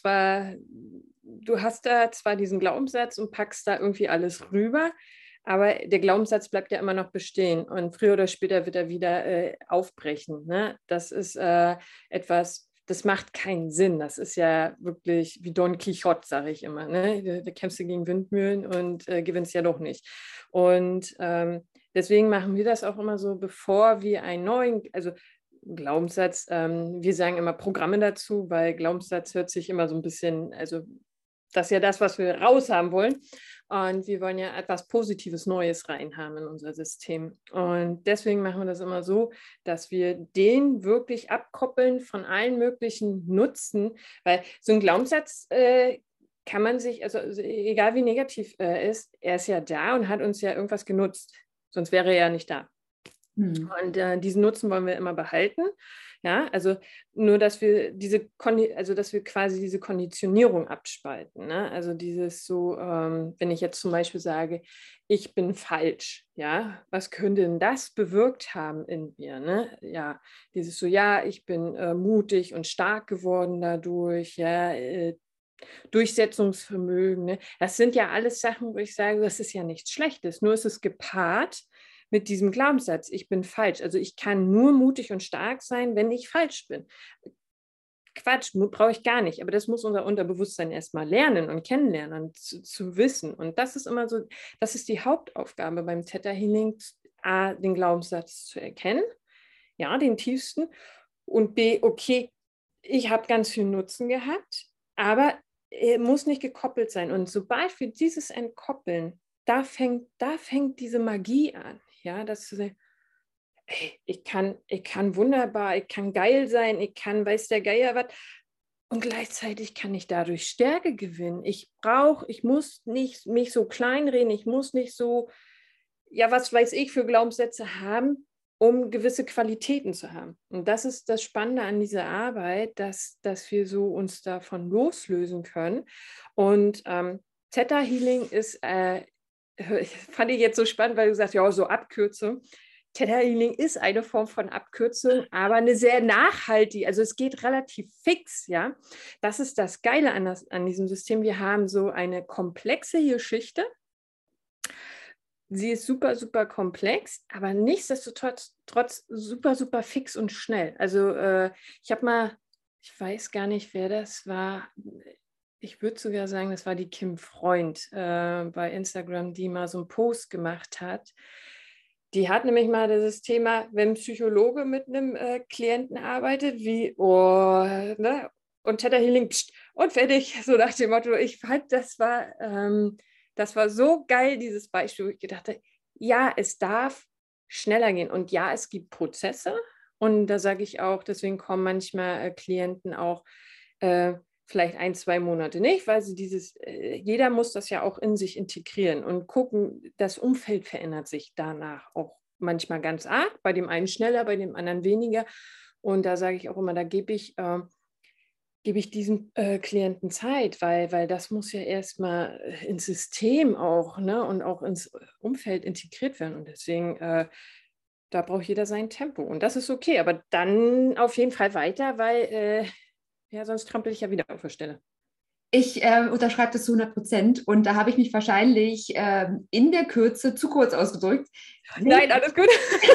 da zwar diesen Glaubenssatz und packst da irgendwie alles rüber, aber der Glaubenssatz bleibt ja immer noch bestehen und früher oder später wird er wieder aufbrechen. Ne? Das ist etwas, das macht keinen Sinn. Das ist ja wirklich wie Don Quixote, sage ich immer. Ne? Da kämpfst du gegen Windmühlen und gewinnst ja doch nicht. Und deswegen machen wir das auch immer so, bevor wir einen neuen, also Glaubenssatz, wir sagen immer Programme dazu, weil Glaubenssatz hört sich immer so ein bisschen, also das ist ja das, was wir raushaben wollen. Und wir wollen ja etwas Positives, Neues reinhaben in unser System. Und deswegen machen wir das immer so, dass wir den wirklich abkoppeln von allen möglichen Nutzen, weil so ein Glaubenssatz kann man sich, also egal wie negativ er ist ja da und hat uns ja irgendwas genutzt. Sonst wäre er ja nicht da. Und diesen Nutzen wollen wir immer behalten. Ja, also nur, dass wir dass wir quasi diese Konditionierung abspalten. Ne? Also dieses so, wenn ich jetzt zum Beispiel sage, ich bin falsch, ja, was könnte denn das bewirkt haben in mir? Ne? Ja, dieses so, ja, ich bin mutig und stark geworden dadurch, ja, Durchsetzungsvermögen. Ne? Das sind ja alles Sachen, wo ich sage, das ist ja nichts Schlechtes, nur ist es gepaart mit diesem Glaubenssatz, ich bin falsch. Also ich kann nur mutig und stark sein, wenn ich falsch bin. Quatsch, brauche ich gar nicht. Aber das muss unser Unterbewusstsein erstmal lernen und kennenlernen und zu wissen. Und das ist immer so, das ist die Hauptaufgabe beim Theta Healing, A, den Glaubenssatz zu erkennen, ja, den tiefsten, und B, okay, ich habe ganz viel Nutzen gehabt, aber er muss nicht gekoppelt sein. Und sobald wir dieses entkoppeln, da fängt diese Magie an. Ja, dass du sagst, hey, ich kann wunderbar, ich kann geil sein, ich kann, weiß der Geier was. Und gleichzeitig kann ich dadurch Stärke gewinnen. Ich muss nicht mich so kleinreden, ich muss nicht so, ja, was weiß ich, für Glaubenssätze haben, um gewisse Qualitäten zu haben. Und das ist das Spannende an dieser Arbeit, dass wir so uns davon loslösen können. Und Theta Healing ist, fand ich jetzt so spannend, weil du sagst, ja, so Abkürzung. Theta Healing ist eine Form von Abkürzung, aber eine sehr nachhaltige. Also es geht relativ fix, ja. Das ist das Geile an diesem System. Wir haben so eine komplexe Geschichte. Sie ist super, super komplex, aber nichtsdestotrotz super, super fix und schnell. Also ich weiß gar nicht, wer das war. Ich würde sogar sagen, das war die Kim Freund bei Instagram, die mal so einen Post gemacht hat. Die hat nämlich mal dieses Thema, wenn ein Psychologe mit einem Klienten arbeitet, ne? Und Theta Healing, und fertig, so nach dem Motto, ich fand, das war so geil, dieses Beispiel, wo ich gedacht habe, ja, es darf schneller gehen und ja, es gibt Prozesse und da sage ich auch, deswegen kommen manchmal Klienten auch vielleicht 1-2 Monate nicht, weil sie jeder muss das ja auch in sich integrieren und gucken, das Umfeld verändert sich danach auch manchmal ganz arg, bei dem einen schneller, bei dem anderen weniger und da sage ich auch immer, da gebe ich diesem Klienten Zeit, weil das muss ja erstmal ins System auch, ne, und auch ins Umfeld integriert werden. Und deswegen, da braucht jeder sein Tempo. Und das ist okay, aber dann auf jeden Fall weiter, weil ja, sonst trampel ich ja wieder auf der Stelle. Ich unterschreibe das zu 100% und da habe ich mich wahrscheinlich in der Kürze zu kurz ausgedrückt. Nein, alles gut.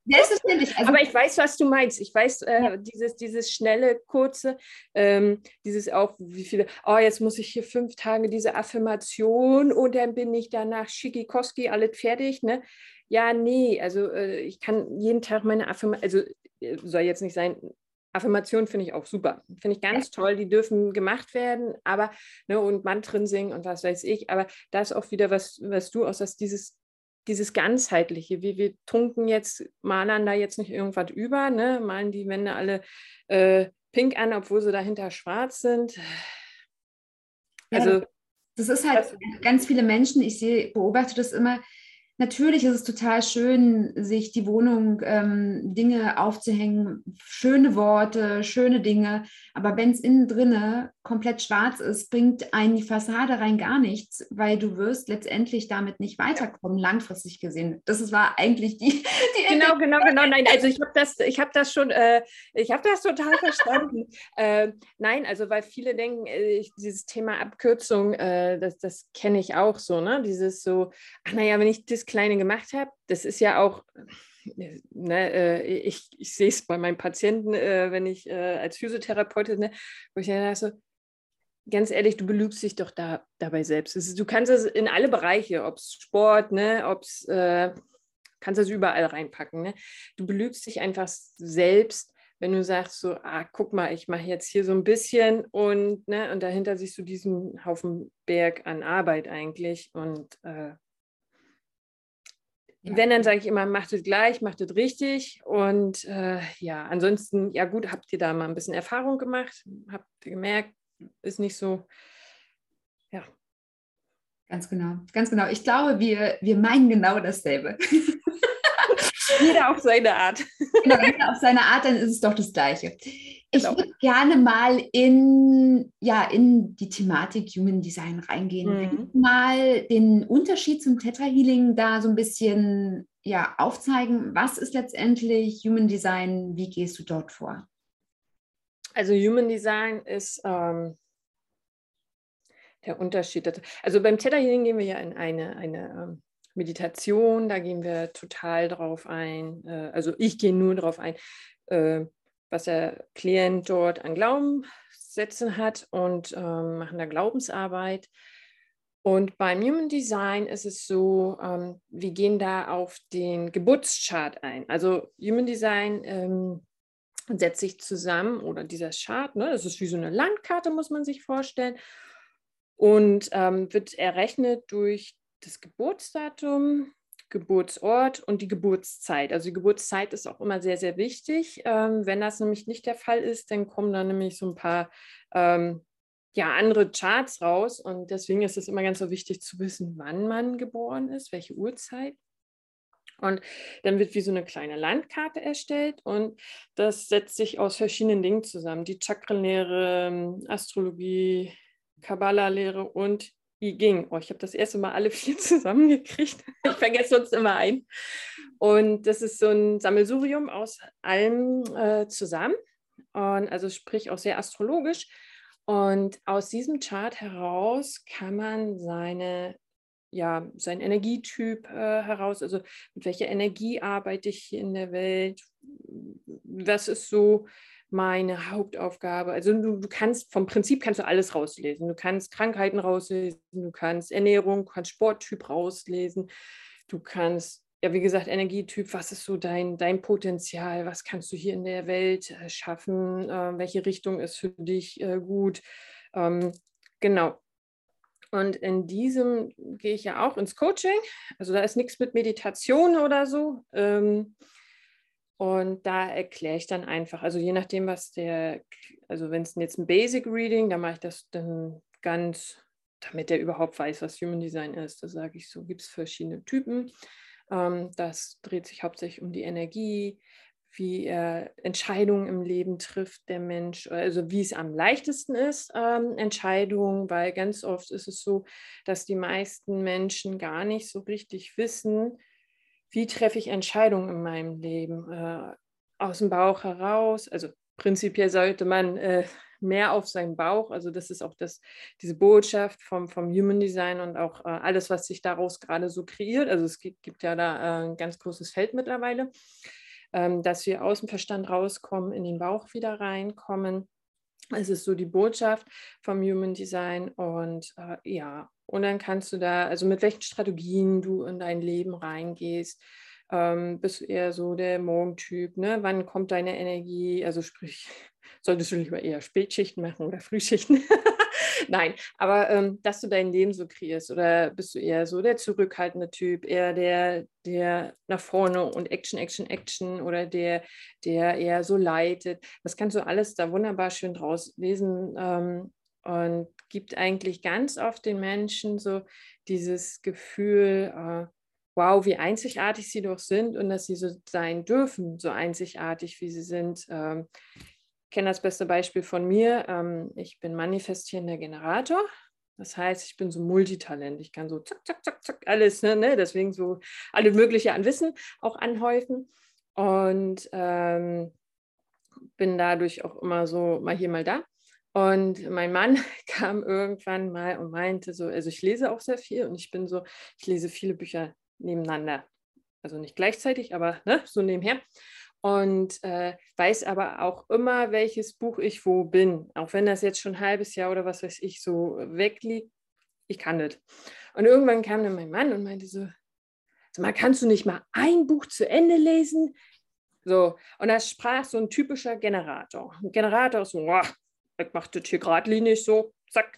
Selbstverständlich. Also, Aber ich weiß, was du meinst. Ich weiß, ja. dieses schnelle, kurze, dieses auch, wie viele, oh, jetzt muss ich hier 5 Tage diese Affirmation und dann bin ich danach Schickikoski, alles fertig, ne? Ja, nee, also ich kann jeden Tag meine Affirmation, also soll jetzt nicht sein, Affirmationen finde ich auch super. Finde ich ganz toll, die dürfen gemacht werden, aber, ne, und Mantren singen und was weiß ich, aber da ist auch wieder was du aus, dass dieses Ganzheitliche, wir tunken jetzt, malen da jetzt nicht irgendwas über, ne? Malen die Wände alle pink an, obwohl sie dahinter schwarz sind. Ja, Also, das ist halt das, ganz viele Menschen, beobachte das immer. Natürlich ist es total schön, sich die Wohnung Dinge aufzuhängen, schöne Worte, schöne Dinge. Aber wenn es innen drinne komplett schwarz ist, bringt einen die Fassade rein gar nichts, weil du wirst letztendlich damit nicht weiterkommen, langfristig gesehen. War eigentlich die genau. Nein, also ich habe das schon, ich habe das total verstanden. Nein, also weil viele denken, dieses Thema Abkürzung, das kenne ich auch so, ne? Dieses so, ach naja, wenn ich das Kleine gemacht habe, das ist ja auch, ne, ich sehe es bei meinen Patienten, wenn ich als Physiotherapeutin, ne, wo ich dann so, ganz ehrlich, du belügst dich doch dabei selbst. Du kannst es in alle Bereiche, ob es Sport, ne, ob es, kannst es überall reinpacken. Ne? Du belügst dich einfach selbst, wenn du sagst so, guck mal, ich mache jetzt hier so ein bisschen und dahinter siehst du diesen Haufen Berg an Arbeit eigentlich. Und Ja. wenn, dann sage ich immer, macht es gleich, macht es richtig. Und ja, ansonsten, ja gut, habt ihr da mal ein bisschen Erfahrung gemacht? Habt ihr gemerkt, ist nicht so, ja. Ganz genau, ganz genau. Ich glaube, wir meinen genau dasselbe. Jeder auf seine Art. Genau, jeder auf seine Art, dann ist es doch das Gleiche. Ich Genau. würde gerne mal in die Thematik Human Design reingehen. Mhm. Mal den Unterschied zum Theta Healing da so ein bisschen aufzeigen. Was ist letztendlich Human Design? Wie gehst du dort vor? Also Human Design ist der Unterschied. Also beim Theta Healing gehen wir ja in eine Meditation, da gehen wir total drauf ein. Also ich gehe nur drauf ein, was der Klient dort an Glaubenssätzen hat und machen da Glaubensarbeit. Und beim Human Design ist es so, wir gehen da auf den Geburtschart ein. Also Human Design setzt sich zusammen, oder dieser Chart, ne, das ist wie so eine Landkarte, muss man sich vorstellen, und wird errechnet durch das Geburtsdatum, Geburtsort und die Geburtszeit. Also die Geburtszeit ist auch immer sehr, sehr wichtig. Wenn das nämlich nicht der Fall ist, dann kommen da nämlich so ein paar andere Charts raus. Und deswegen ist es immer ganz so wichtig zu wissen, wann man geboren ist, welche Uhrzeit. Und dann wird wie so eine kleine Landkarte erstellt und das setzt sich aus verschiedenen Dingen zusammen. Die Chakrenlehre, Astrologie, Kabbala-Lehre und I Ging. Oh, ich habe das erste Mal alle 4 zusammengekriegt. Ich vergesse sonst immer einen. Und das ist so ein Sammelsurium aus allem zusammen. Und also sprich auch sehr astrologisch. Und aus diesem Chart heraus kann man sein Energietyp heraus, also mit welcher Energie arbeite ich hier in der Welt, was ist so meine Hauptaufgabe. Also du kannst, vom Prinzip kannst du alles rauslesen. Du kannst Krankheiten rauslesen, du kannst Ernährung, du kannst Sporttyp rauslesen, du kannst, ja wie gesagt, Energietyp, was ist so dein Potenzial, was kannst du hier in der Welt schaffen, welche Richtung ist für dich gut. Genau. Und in diesem gehe ich ja auch ins Coaching. Also da ist nichts mit Meditation oder so. Und da erkläre ich dann einfach, also je nachdem, also wenn es jetzt ein Basic Reading, da mache ich das dann ganz, damit der überhaupt weiß, was Human Design ist. Da sage ich so, gibt es verschiedene Typen. Das dreht sich hauptsächlich um die Energie, wie er Entscheidungen im Leben trifft, der Mensch, also wie es am leichtesten ist, Entscheidungen, weil ganz oft ist es so, dass die meisten Menschen gar nicht so richtig wissen, wie treffe ich Entscheidungen in meinem Leben, aus dem Bauch heraus. Also prinzipiell sollte man mehr auf seinen Bauch, also das ist auch diese Botschaft vom Human Design und auch alles, was sich daraus gerade so kreiert. Also es gibt ja da ein ganz großes Feld mittlerweile. dass wir aus dem Verstand rauskommen, in den Bauch wieder reinkommen. Es ist so die Botschaft vom Human Design und ja, und dann kannst du da, also mit welchen Strategien du in dein Leben reingehst, bist du eher so der Morgentyp, ne? Wann kommt deine Energie? Also sprich, solltest du lieber eher Spätschichten machen oder Frühschichten? Nein, aber dass du dein Leben so kreierst oder bist du eher so der zurückhaltende Typ, eher der nach vorne und Action, Action, Action oder der eher so leitet. Das kannst du alles da wunderbar schön draus lesen und gibt eigentlich ganz oft den Menschen so dieses Gefühl, wow, wie einzigartig sie doch sind und dass sie so sein dürfen, so einzigartig, wie sie sind. Ich kenne das beste Beispiel von mir. Ich bin manifestierender Generator. Das heißt, ich bin so Multitalent. Ich kann so zack, zack, zack, zack, alles, ne? Deswegen so alle mögliche an Wissen auch anhäufen. Und bin dadurch auch immer so mal hier, mal da. Und mein Mann kam irgendwann mal und meinte so, also ich lese auch sehr viel und ich bin so, ich lese viele Bücher nebeneinander. Also nicht gleichzeitig, aber ne, so nebenher. Und weiß aber auch immer, welches Buch ich wo bin. Auch wenn das jetzt schon ein halbes Jahr oder was weiß ich so wegliegt, ich kann das. Und irgendwann kam dann mein Mann und meinte so, sag mal, kannst du nicht mal ein Buch zu Ende lesen? So, und da sprach so ein typischer Generator. Ein Generator ist so, ich mache das hier geradlinig so, zack.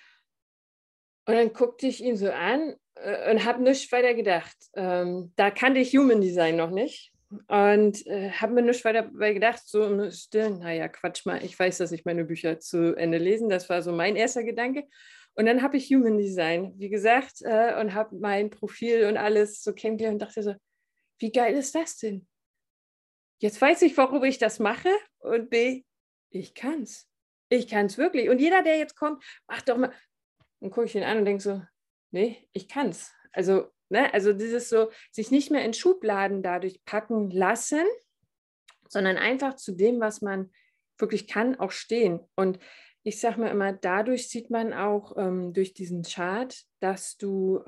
Und dann guckte ich ihn so an und habe nichts weiter gedacht. Da kannte ich Human Design noch nicht. Und habe mir nichts weiter dabei gedacht, so im Stillen, naja, Quatsch mal, ich weiß, dass ich meine Bücher zu Ende lesen. Das war so mein erster Gedanke. Und dann habe ich Human Design, wie gesagt, und habe mein Profil und alles so kennengelernt und dachte so, wie geil ist das denn? Jetzt weiß ich, warum ich das mache und B, ich kann's. Ich kann's wirklich. Und jeder, der jetzt kommt, macht doch mal, dann gucke ich ihn an und denke so, nee, ich kann's. Also, ne, also dieses so, sich nicht mehr in Schubladen dadurch packen lassen, sondern einfach zu dem, was man wirklich kann, auch stehen. Und ich sage mir immer, dadurch sieht man auch durch diesen Chart, dass du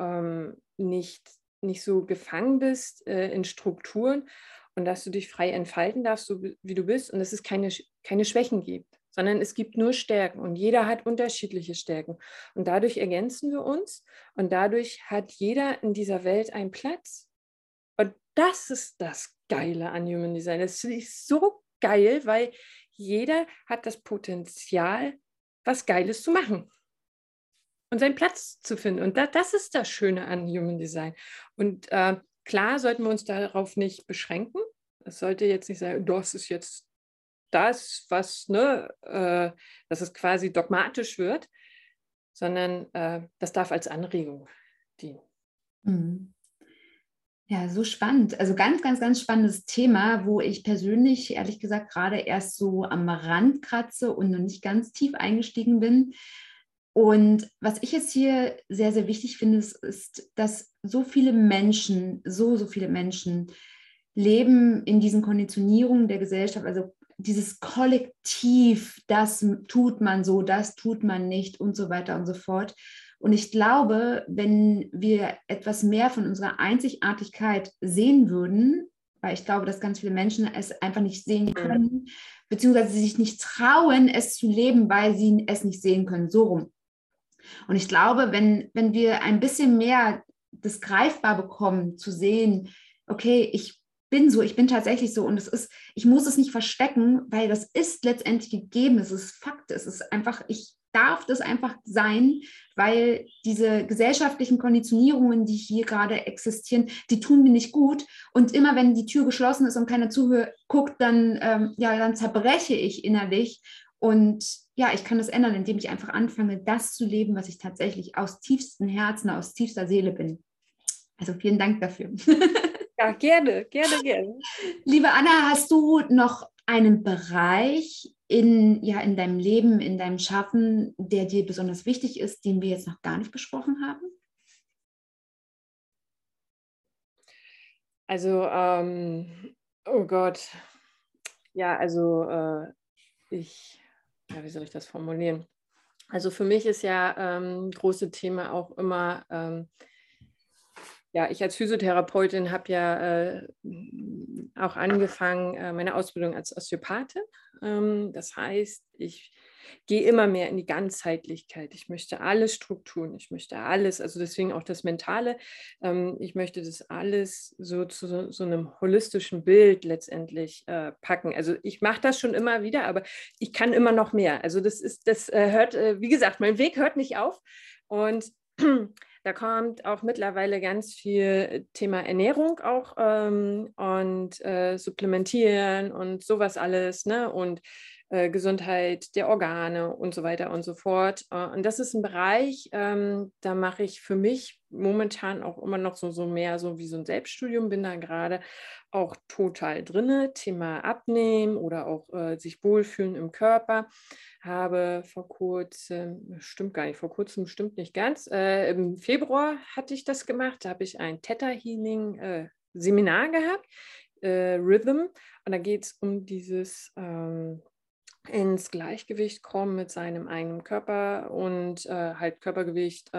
nicht so gefangen bist in Strukturen und dass du dich frei entfalten darfst, so wie du bist und dass es keine Schwächen gibt, sondern es gibt nur Stärken und jeder hat unterschiedliche Stärken. Und dadurch ergänzen wir uns und dadurch hat jeder in dieser Welt einen Platz. Und das ist das Geile an Human Design. Das finde ich so geil, weil jeder hat das Potenzial, was Geiles zu machen und seinen Platz zu finden. Und das ist das Schöne an Human Design. Und klar sollten wir uns darauf nicht beschränken. Es sollte jetzt nicht sein, das ist jetzt das, was, ne, dass es quasi dogmatisch wird, sondern das darf als Anregung dienen. Mhm. Ja, so spannend. Also ganz, ganz, ganz spannendes Thema, wo ich persönlich, ehrlich gesagt, gerade erst so am Rand kratze und noch nicht ganz tief eingestiegen bin. Und was ich jetzt hier sehr, sehr wichtig finde, ist, dass so viele Menschen, so viele Menschen leben in diesen Konditionierungen der Gesellschaft, also dieses Kollektiv, das tut man so, das tut man nicht und so weiter und so fort. Und ich glaube, wenn wir etwas mehr von unserer Einzigartigkeit sehen würden, weil ich glaube, dass ganz viele Menschen es einfach nicht sehen können, beziehungsweise sie sich nicht trauen, es zu leben, weil sie es nicht sehen können, so rum. Und ich glaube, wenn wir ein bisschen mehr das greifbar bekommen, zu sehen, okay, ich bin so, ich bin tatsächlich so und es ist, ich muss es nicht verstecken, weil das ist letztendlich gegeben, es ist Fakt, es ist einfach, ich darf das einfach sein, weil diese gesellschaftlichen Konditionierungen, die hier gerade existieren, die tun mir nicht gut. Und immer wenn die Tür geschlossen ist und keiner zuguckt, dann, dann zerbreche ich innerlich. Und ja, ich kann das ändern, indem ich einfach anfange, das zu leben, was ich tatsächlich aus tiefstem Herzen, aus tiefster Seele bin. Also vielen Dank dafür. Ja, gerne, gerne, gerne. Liebe Anna, hast du noch einen Bereich in deinem Leben, in deinem Schaffen, der dir besonders wichtig ist, den wir jetzt noch gar nicht besprochen haben? Also, oh Gott. Ja, also wie soll ich das formulieren? Also für mich ist ja große Thema auch immer Ja, ich als Physiotherapeutin habe ja auch angefangen, meine Ausbildung als Osteopathin. Das heißt, ich gehe immer mehr in die Ganzheitlichkeit. Ich möchte alle Strukturen, ich möchte alles, also deswegen auch das Mentale. Ich möchte das alles so zu so einem holistischen Bild letztendlich packen. Also ich mache das schon immer wieder, aber ich kann immer noch mehr. Also das hört, wie gesagt, mein Weg hört nicht auf. Und da kommt auch mittlerweile ganz viel Thema Ernährung auch und Supplementieren und sowas alles, ne? Und Gesundheit der Organe und so weiter und so fort. Und das ist ein Bereich, da mache ich für mich momentan auch immer noch so mehr so wie so ein Selbststudium, bin da gerade auch total drinne, Thema Abnehmen oder auch sich wohlfühlen im Körper. Habe vor kurzem, stimmt gar nicht, vor kurzem stimmt nicht ganz, im Februar hatte ich das gemacht, da habe ich ein Theta Healing Seminar gehabt, Rhythm, und da geht es um dieses ins Gleichgewicht kommen mit seinem eigenen Körper und halt Körpergewicht.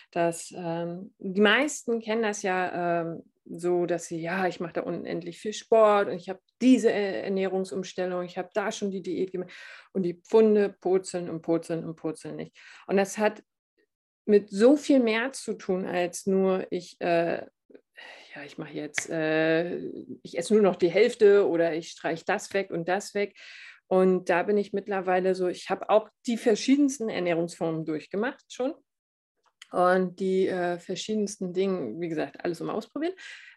Die meisten kennen das ja so, dass sie, ja, ich mache da unendlich viel Sport und ich habe diese Ernährungsumstellung, ich habe da schon die Diät gemacht und die Pfunde purzeln und purzeln und purzeln nicht. Und das hat mit so viel mehr zu tun, als nur ja, ich mache jetzt, ich esse nur noch die Hälfte oder ich streiche das weg und das weg. Und da bin ich mittlerweile so, ich habe auch die verschiedensten Ernährungsformen durchgemacht schon und die verschiedensten Dinge, wie gesagt, alles um ausprobieren.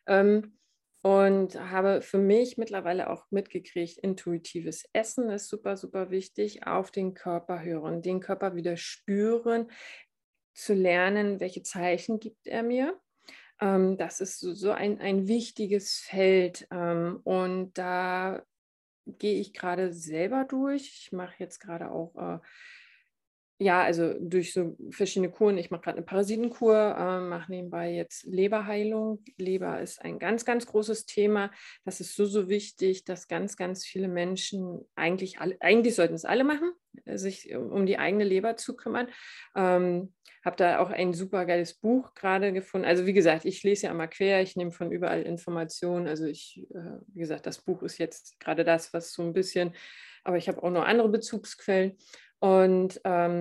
Und habe für mich mittlerweile auch mitgekriegt, intuitives Essen ist super, super wichtig, auf den Körper hören, den Körper wieder spüren, zu lernen, welche Zeichen gibt er mir. Das ist so ein wichtiges Feld. Und da gehe ich gerade selber durch. Ich mache jetzt gerade auch, ja, also durch so verschiedene Kuren. Ich mache gerade eine Parasitenkur, mache nebenbei jetzt Leberheilung. Leber ist ein ganz, ganz großes Thema. Das ist so wichtig, dass ganz, ganz viele Menschen eigentlich sollten es alle machen, sich um die eigene Leber zu kümmern. Habe da auch ein super geiles Buch gerade gefunden. Also wie gesagt, ich lese ja immer quer, ich nehme von überall Informationen. Also wie gesagt, das Buch ist jetzt gerade das, was so ein bisschen, aber ich habe auch noch andere Bezugsquellen. Und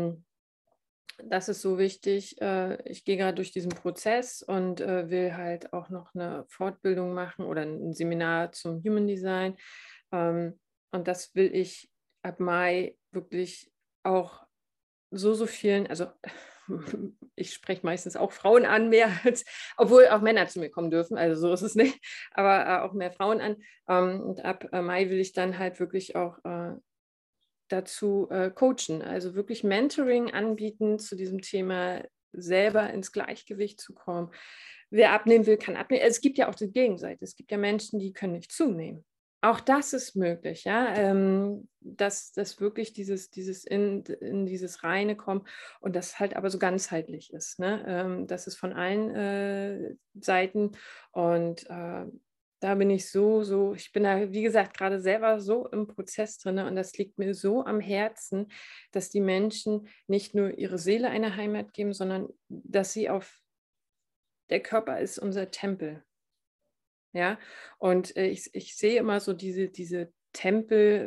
das ist so wichtig. Ich gehe gerade durch diesen Prozess und will halt auch noch eine Fortbildung machen oder ein Seminar zum Human Design. Und das will ich ab Mai wirklich auch so vielen, also ich spreche meistens auch Frauen an, mehr als, obwohl auch Männer zu mir kommen dürfen, also so ist es nicht, aber auch mehr Frauen an. Und ab Mai will ich dann halt wirklich auch dazu coachen, also wirklich Mentoring anbieten zu diesem Thema, selber ins Gleichgewicht zu kommen. Wer abnehmen will, kann abnehmen. Es gibt ja auch die Gegenseite. Es gibt ja Menschen, die können nicht zunehmen. Auch das ist möglich, ja, dass wirklich dieses in dieses Reine kommen und das halt aber so ganzheitlich ist, ne? Das ist von allen Seiten und da bin ich ich bin da, wie gesagt, gerade selber so im Prozess drin und das liegt mir so am Herzen, dass die Menschen nicht nur ihre Seele eine Heimat geben, sondern dass der Körper ist unser Tempel. Ja, und ich sehe immer so diese Tempel,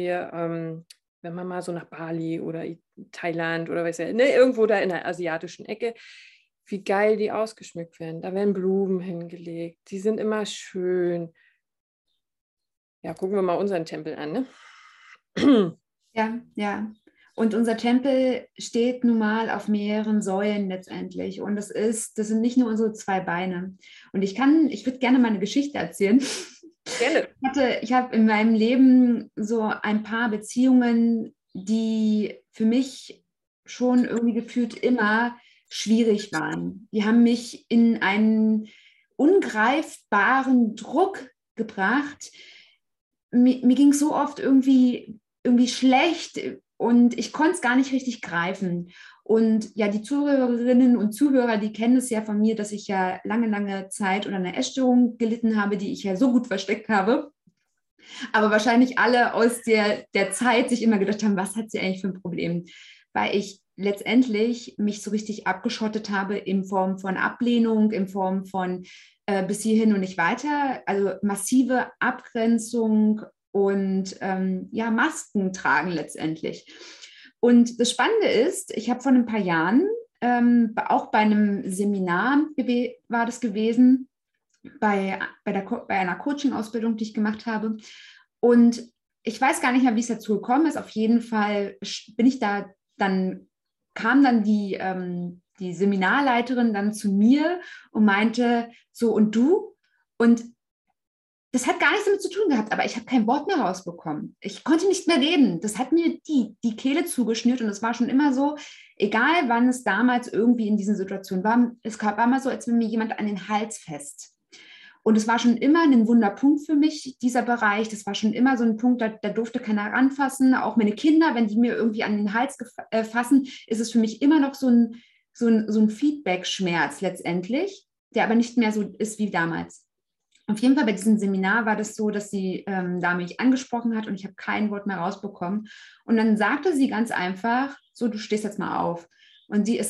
wenn man mal so nach Bali oder Thailand oder weiß ja, ne, irgendwo da in der asiatischen Ecke, wie geil die ausgeschmückt werden. Da werden Blumen hingelegt, die sind immer schön. Ja, gucken wir mal unseren Tempel an, ne? Ja, ja. Und unser Tempel steht nun mal auf mehreren Säulen letztendlich. Und das sind nicht nur unsere zwei Beine. Und ich würde gerne mal eine Geschichte erzählen. Gerne. Ich habe in meinem Leben so ein paar Beziehungen, die für mich schon irgendwie gefühlt immer schwierig waren. Die haben mich in einen ungreifbaren Druck gebracht. Mir ging es so oft irgendwie schlecht und ich konnte es gar nicht richtig greifen. Und ja, die Zuhörerinnen und Zuhörer, die kennen es ja von mir, dass ich ja lange Zeit unter einer Essstörung gelitten habe, die ich ja so gut versteckt habe. Aber wahrscheinlich alle aus der Zeit sich immer gedacht haben, was hat sie eigentlich für ein Problem? Weil ich letztendlich mich so richtig abgeschottet habe in Form von Ablehnung, in Form von bis hierhin und nicht weiter. Also massive Abgrenzung und ja, Masken tragen letztendlich. Und das Spannende ist, ich habe vor ein paar Jahren auch bei einem Seminar war das gewesen, bei einer Coaching-Ausbildung, die ich gemacht habe. Und ich weiß gar nicht mehr, wie es dazu gekommen ist. Auf jeden Fall bin ich da dann, kam dann die Seminarleiterin dann zu mir und meinte, so, und du? Und das hat gar nichts damit zu tun gehabt, aber ich habe kein Wort mehr rausbekommen. Ich konnte nicht mehr reden. Das hat mir die Kehle zugeschnürt und es war schon immer so, egal wann es damals irgendwie in diesen Situationen war, es war immer so, als wenn mir jemand an den Hals fest. Und es war schon immer ein Wunderpunkt für mich, dieser Bereich. Das war schon immer so ein Punkt, da durfte keiner ranfassen. Auch meine Kinder, wenn die mir irgendwie an den Hals fassen, ist es für mich immer noch so ein Feedback-Schmerz letztendlich, der aber nicht mehr so ist wie damals. Auf jeden Fall bei diesem Seminar war das so, dass sie da mich angesprochen hat und ich habe kein Wort mehr rausbekommen. Und dann sagte sie ganz einfach, so, du stehst jetzt mal auf. Und sie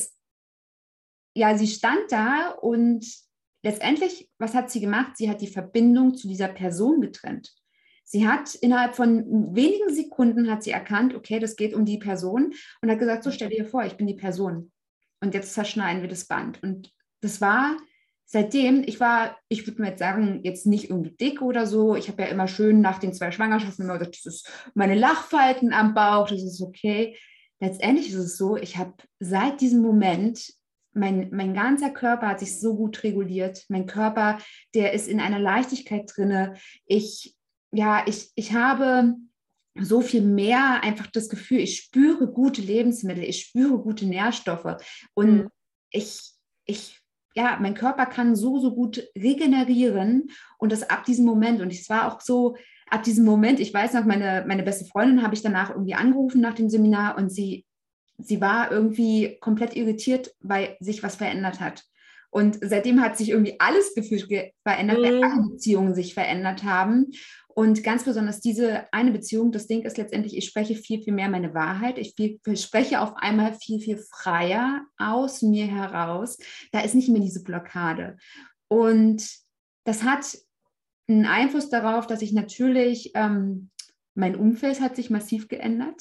stand da und letztendlich, was hat sie gemacht? Sie hat die Verbindung zu dieser Person getrennt. Sie hat innerhalb von wenigen Sekunden hat sie erkannt, okay, das geht um die Person und hat gesagt, so stell dir vor, ich bin die Person. Und jetzt zerschneiden wir das Band. Und das war seitdem, ich würde mal jetzt sagen, jetzt nicht irgendwie dick oder so. Ich habe ja immer schön nach den 2 Schwangerschaften immer gesagt, das ist meine Lachfalten am Bauch, das ist okay. Letztendlich ist es so, ich habe seit diesem Moment, mein ganzer Körper hat sich so gut reguliert. Mein Körper, der ist in einer Leichtigkeit drinne. Ich habe so viel mehr einfach das Gefühl, ich spüre gute Lebensmittel, ich spüre gute Nährstoffe und mein Körper kann so gut regenerieren und das ab diesem Moment. Und es war auch so, ab diesem Moment, ich weiß noch, meine beste Freundin habe ich danach irgendwie angerufen nach dem Seminar und sie war irgendwie komplett irritiert, weil sich was verändert hat. Und seitdem hat sich irgendwie alles gefühlt verändert, weil alle Beziehungen sich verändert haben. Und ganz besonders diese eine Beziehung, das Ding ist letztendlich, ich spreche viel, viel mehr meine Wahrheit. Ich spreche auf einmal viel, viel freier aus mir heraus. Da ist nicht mehr diese Blockade. Und das hat einen Einfluss darauf, dass ich natürlich, mein Umfeld hat sich massiv geändert.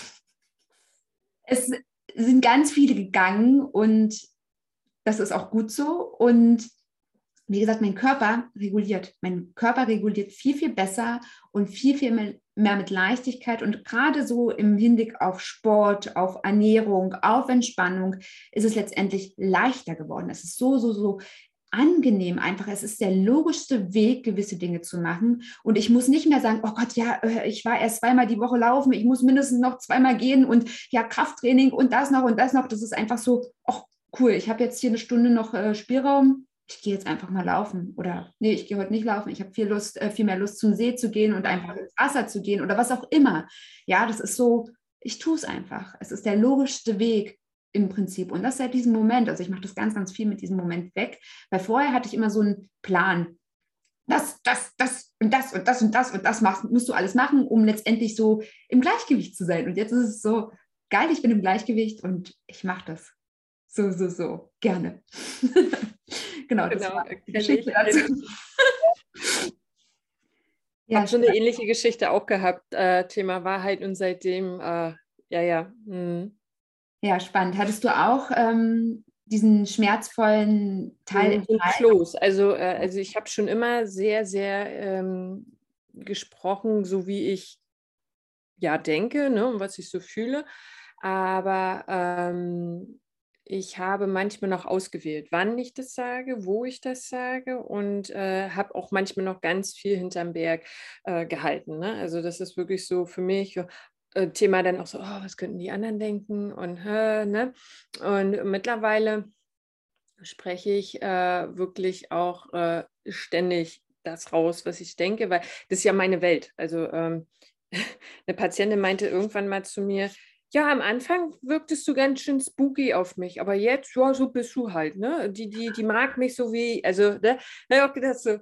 Es sind ganz viele gegangen und das ist auch gut so. Und wie gesagt, mein Körper reguliert. Mein Körper reguliert viel, viel besser und viel, viel mehr mit Leichtigkeit. Und gerade so im Hinblick auf Sport, auf Ernährung, auf Entspannung ist es letztendlich leichter geworden. Es ist so angenehm einfach. Es ist der logischste Weg, gewisse Dinge zu machen. Und ich muss nicht mehr sagen, oh Gott, ja, ich war erst 2-mal die Woche laufen, ich muss mindestens noch 2-mal gehen und ja, Krafttraining und das noch und das noch. Das ist einfach so, oh cool, ich habe jetzt hier eine Stunde noch Spielraum. Ich gehe jetzt einfach mal laufen oder nee, ich gehe heute nicht laufen. Ich habe viel mehr Lust zum See zu gehen und einfach ins Wasser zu gehen oder was auch immer. Ja, das ist so, ich tue es einfach. Es ist der logischste Weg im Prinzip. Und das seit diesem Moment, also ich mache das ganz, ganz viel mit diesem Moment weg, weil vorher hatte ich immer so einen Plan. Das und das und das und das und das musst du alles machen, um letztendlich so im Gleichgewicht zu sein. Und jetzt ist es so, geil, ich bin im Gleichgewicht und ich mache das. So, gerne. Genau, das war die Geschichte dazu. Ich habe so eine ähnliche Geschichte auch gehabt, Thema Wahrheit und seitdem, ja. Ja, spannend. Hattest du auch diesen schmerzvollen Teil im Kloß. Also ich habe schon immer sehr, sehr gesprochen, so wie ich ja denke, ne, und was ich so fühle. Aber ich habe manchmal noch ausgewählt, wann ich das sage, wo ich das sage und habe auch manchmal noch ganz viel hinterm Berg gehalten. Ne? Also das ist wirklich so für mich Thema dann auch so, oh, was könnten die anderen denken und ne? Und mittlerweile spreche ich wirklich auch ständig das raus, was ich denke, weil das ist ja meine Welt. Also eine Patientin meinte irgendwann mal zu mir, ja, am Anfang wirktest du ganz schön spooky auf mich, aber jetzt, ja, so bist du halt, ne? Die mag mich so wie, also, ne? Da habe ich auch gedacht, so,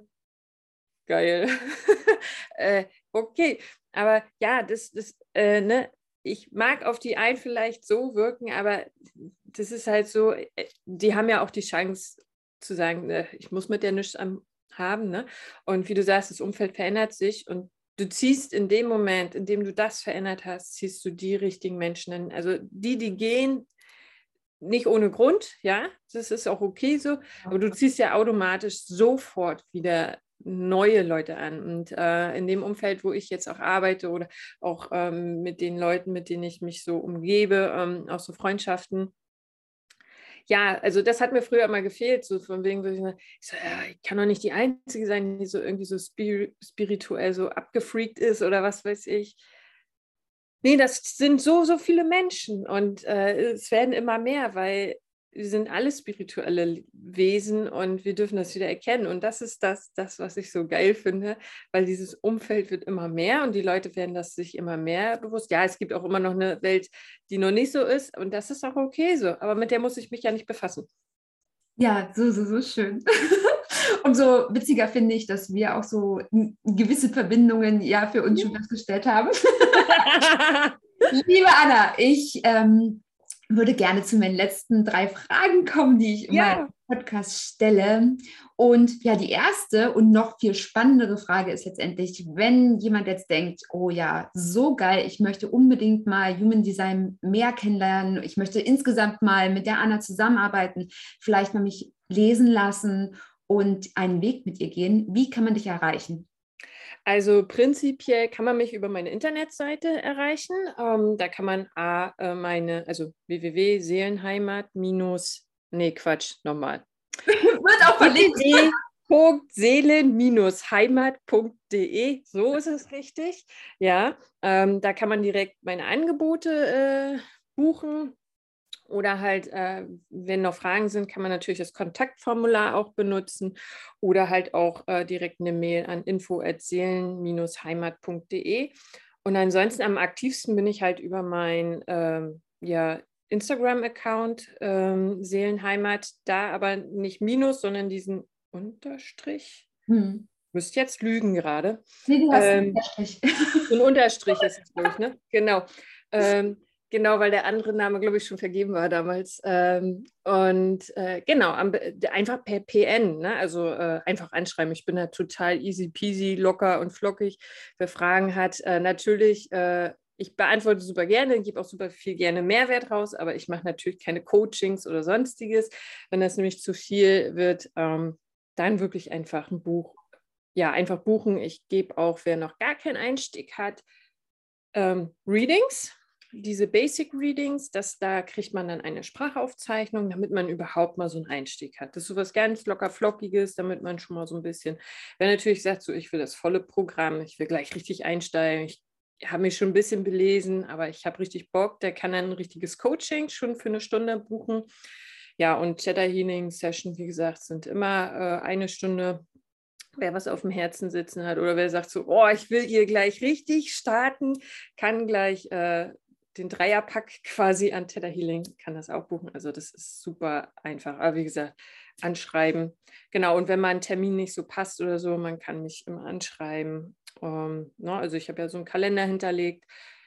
geil. Okay, aber ja, ne? ich mag auf die einen vielleicht so wirken, aber das ist halt so, die haben ja auch die Chance zu sagen, ich muss mit der nichts haben. Ne? Und wie du sagst, das Umfeld verändert sich und du ziehst in dem Moment, in dem du das verändert hast, ziehst du die richtigen Menschen an. Also die gehen nicht ohne Grund, ja, das ist auch okay so, aber du ziehst ja automatisch sofort wieder neue Leute an. Und in dem Umfeld, wo ich jetzt auch arbeite oder auch mit den Leuten, mit denen ich mich so umgebe, auch so Freundschaften, ja, also das hat mir früher immer gefehlt, so von wegen, ich kann doch nicht die Einzige sein, die so irgendwie so spirituell so abgefreakt ist oder was weiß ich. Nee, das sind so viele Menschen und es werden immer mehr, weil wir sind alle spirituelle Wesen und wir dürfen das wieder erkennen. Und das ist das, was ich so geil finde, weil dieses Umfeld wird immer mehr und die Leute werden das sich immer mehr bewusst. Ja, es gibt auch immer noch eine Welt, die noch nicht so ist und das ist auch okay so, aber mit der muss ich mich ja nicht befassen. Ja, so schön. Umso witziger finde ich, dass wir auch so gewisse Verbindungen ja für uns schon festgestellt haben. Liebe Anna, ich würde gerne zu meinen letzten 3 Fragen kommen, die ich immer im Ja. Podcast stelle. Und ja, die erste und noch viel spannendere Frage ist letztendlich, wenn jemand jetzt denkt, oh ja, so geil, ich möchte unbedingt mal Human Design mehr kennenlernen, ich möchte insgesamt mal mit der Anna zusammenarbeiten, vielleicht mal mich lesen lassen und einen Weg mit ihr gehen. Wie kann man dich erreichen? Also prinzipiell kann man mich über meine Internetseite erreichen. Da kann man also www.seelenheimat- nee, Quatsch, nochmal. Wird auch verlinkt. www.seelen-heimat.de, so ist es richtig. Ja, da kann man direkt meine Angebote buchen. Oder halt, wenn noch Fragen sind, kann man natürlich das Kontaktformular auch benutzen oder halt auch direkt eine Mail an info@seelen-heimat.de. Und ansonsten am aktivsten bin ich halt über mein ja, Instagram-Account Seelenheimat, da aber nicht Minus, sondern diesen Unterstrich. Hm. Müsst jetzt lügen gerade. Nee, du hast einen Unterstrich. So ein Unterstrich ist es, glaube ich, ne? Genau. Genau, weil der andere Name, glaube ich, schon vergeben war damals. Genau, einfach per PN, ne? Also einfach anschreiben. Ich bin da total easy peasy, locker und flockig. Wer Fragen hat, natürlich, ich beantworte super gerne, gebe auch super viel gerne Mehrwert raus, aber ich mache natürlich keine Coachings oder sonstiges. Wenn das nämlich zu viel wird, dann wirklich einfach ein Buch, ja, einfach buchen. Ich gebe auch, wer noch gar keinen Einstieg hat, Readings, diese Basic Readings, da kriegt man dann eine Sprachaufzeichnung, damit man überhaupt mal so einen Einstieg hat. Das ist so was ganz locker flockiges, damit man schon mal so ein bisschen, wenn natürlich sagt, so ich will das volle Programm, ich will gleich richtig einsteigen, ich habe mich schon ein bisschen belesen, aber ich habe richtig Bock, der kann dann ein richtiges Coaching schon für eine Stunde buchen. Ja, und Theta Healing Session, wie gesagt, sind immer eine Stunde. Wer was auf dem Herzen sitzen hat oder wer sagt so, oh, ich will hier gleich richtig starten, kann gleich den Dreierpack quasi an Theta Healing, kann das auch buchen. Also das ist super einfach. Aber wie gesagt, anschreiben. Genau, und wenn mal ein Termin nicht so passt oder so, man kann mich immer anschreiben. Also ich habe ja so einen Kalender hinterlegt.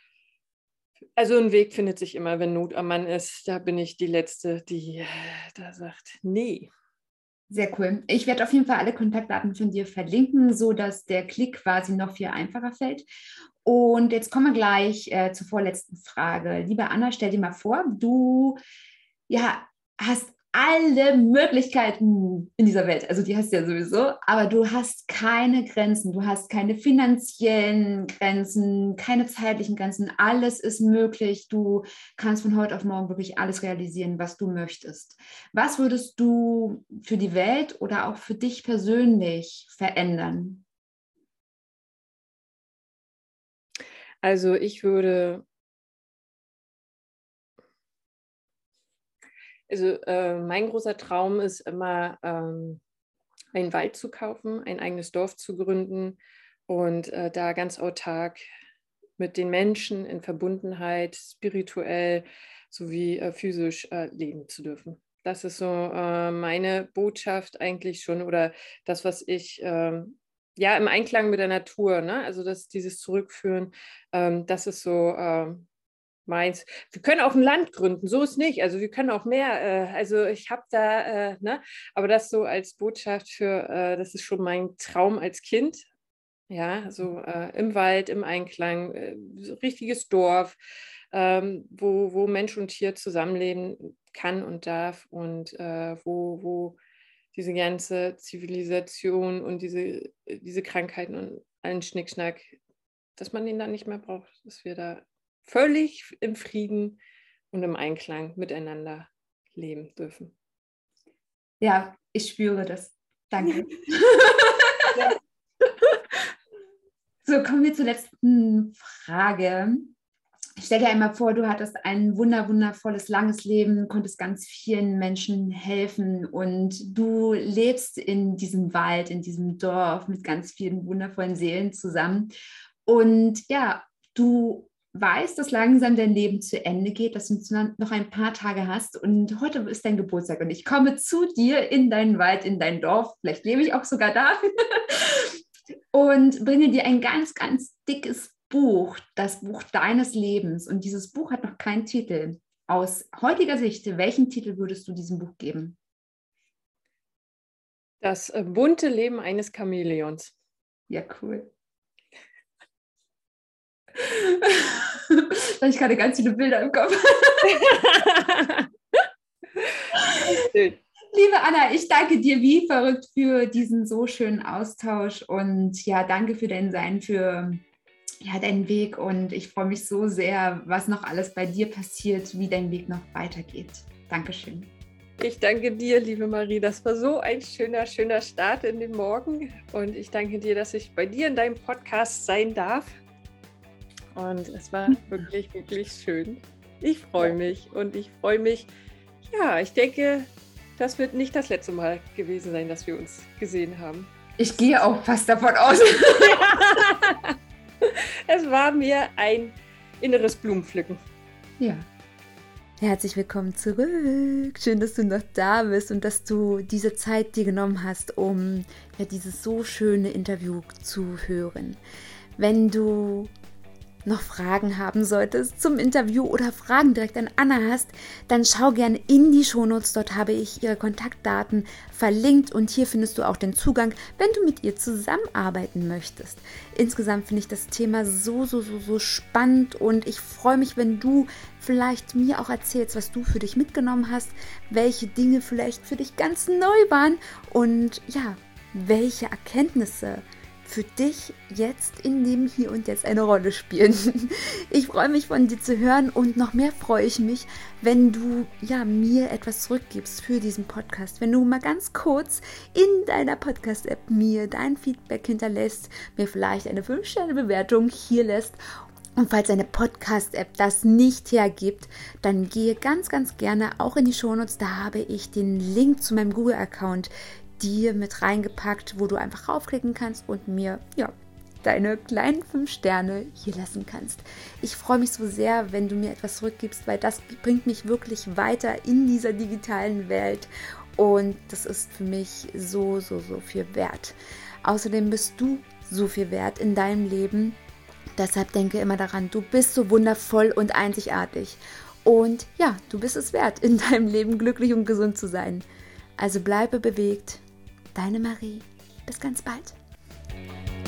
Also ein Weg findet sich immer, wenn Not am Mann ist. Da bin ich die Letzte, die da sagt, nee. Sehr cool. Ich werde auf jeden Fall alle Kontaktdaten von dir verlinken, sodass der Klick quasi noch viel einfacher fällt. Und jetzt kommen wir gleich zur vorletzten Frage. Liebe Anna, stell dir mal vor, du ja, hast alle Möglichkeiten in dieser Welt. Also die hast du ja sowieso, aber du hast keine Grenzen. Du hast keine finanziellen Grenzen, keine zeitlichen Grenzen. Alles ist möglich. Du kannst von heute auf morgen wirklich alles realisieren, was du möchtest. Was würdest du für die Welt oder auch für dich persönlich verändern? Also mein großer Traum ist immer, einen Wald zu kaufen, ein eigenes Dorf zu gründen und da ganz autark mit den Menschen in Verbundenheit, spirituell sowie physisch leben zu dürfen. Das ist so meine Botschaft eigentlich schon oder das, was ich ja im Einklang mit der Natur, ne? Also dieses Zurückführen, das ist so meins. Wir können auch ein Land gründen, so ist nicht. Also wir können auch mehr. Also ich habe da, ne, aber das so als Botschaft für, das ist schon mein Traum als Kind. Ja, so im Wald, im Einklang, so richtiges Dorf, wo Mensch und Tier zusammenleben kann und darf und wo diese ganze Zivilisation und diese Krankheiten und allen Schnickschnack, dass man den dann nicht mehr braucht, dass wir da völlig im Frieden und im Einklang miteinander leben dürfen. Ja, ich spüre das. Danke. Ja. So, kommen wir zur letzten Frage. Stell dir einmal vor, du hattest ein wundervolles, langes Leben, konntest ganz vielen Menschen helfen und du lebst in diesem Wald, in diesem Dorf mit ganz vielen wundervollen Seelen zusammen. Und ja, du weißt, dass langsam dein Leben zu Ende geht, dass du noch ein paar Tage hast und heute ist dein Geburtstag und ich komme zu dir in deinen Wald, in dein Dorf, vielleicht lebe ich auch sogar da und bringe dir ein ganz, ganz dickes Buch, das Buch deines Lebens. Und dieses Buch hat noch keinen Titel. Aus heutiger Sicht, welchen Titel würdest du diesem Buch geben? Das bunte Leben eines Chamäleons. Ja, cool. Da habe ich gerade ganz viele Bilder im Kopf. Liebe Anna, ich danke dir wie verrückt für diesen so schönen Austausch und ja, danke für dein Sein, für deinen Weg und ich freue mich so sehr, was noch alles bei dir passiert, wie dein Weg noch weitergeht. Dankeschön. Ich danke dir, liebe Marie. Das war so ein schöner Start in den Morgen und ich danke dir, dass ich bei dir in deinem Podcast sein darf. Und es war wirklich, wirklich schön. Ich freue mich und ich freue mich, ja, ich denke, das wird nicht das letzte Mal gewesen sein, dass wir uns gesehen haben. Ich gehe auch fast davon aus. Es war mir ein inneres Blumenpflücken. Ja. Herzlich willkommen zurück. Schön, dass du noch da bist und dass du diese Zeit dir genommen hast, um dieses so schöne Interview zu hören. Wenn du noch Fragen haben solltest zum Interview oder Fragen direkt an Anna hast, dann schau gerne in die Shownotes. Dort habe ich ihre Kontaktdaten verlinkt und hier findest du auch den Zugang, wenn du mit ihr zusammenarbeiten möchtest. Insgesamt finde ich das Thema so spannend und ich freue mich, wenn du vielleicht mir auch erzählst, was du für dich mitgenommen hast, welche Dinge vielleicht für dich ganz neu waren und ja, welche Erkenntnisse für dich jetzt in dem Hier und Jetzt eine Rolle spielen. Ich freue mich, von dir zu hören und noch mehr freue ich mich, wenn du mir etwas zurückgibst für diesen Podcast. Wenn du mal ganz kurz in deiner Podcast-App mir dein Feedback hinterlässt, mir vielleicht eine 5-Sterne-Bewertung hier lässt. Und falls eine Podcast-App das nicht hergibt, dann gehe ganz, ganz gerne auch in die Shownotes. Da habe ich den Link zu meinem Google-Account dir mit reingepackt, wo du einfach raufklicken kannst und mir deine kleinen 5 Sterne hier lassen kannst. Ich freue mich so sehr, wenn du mir etwas zurückgibst, weil das bringt mich wirklich weiter in dieser digitalen Welt und das ist für mich so viel wert. Außerdem bist du so viel wert in deinem Leben. Deshalb denke immer daran, du bist so wundervoll und einzigartig und ja, du bist es wert, in deinem Leben glücklich und gesund zu sein. Also bleibe bewegt. Deine Marie. Bis ganz bald.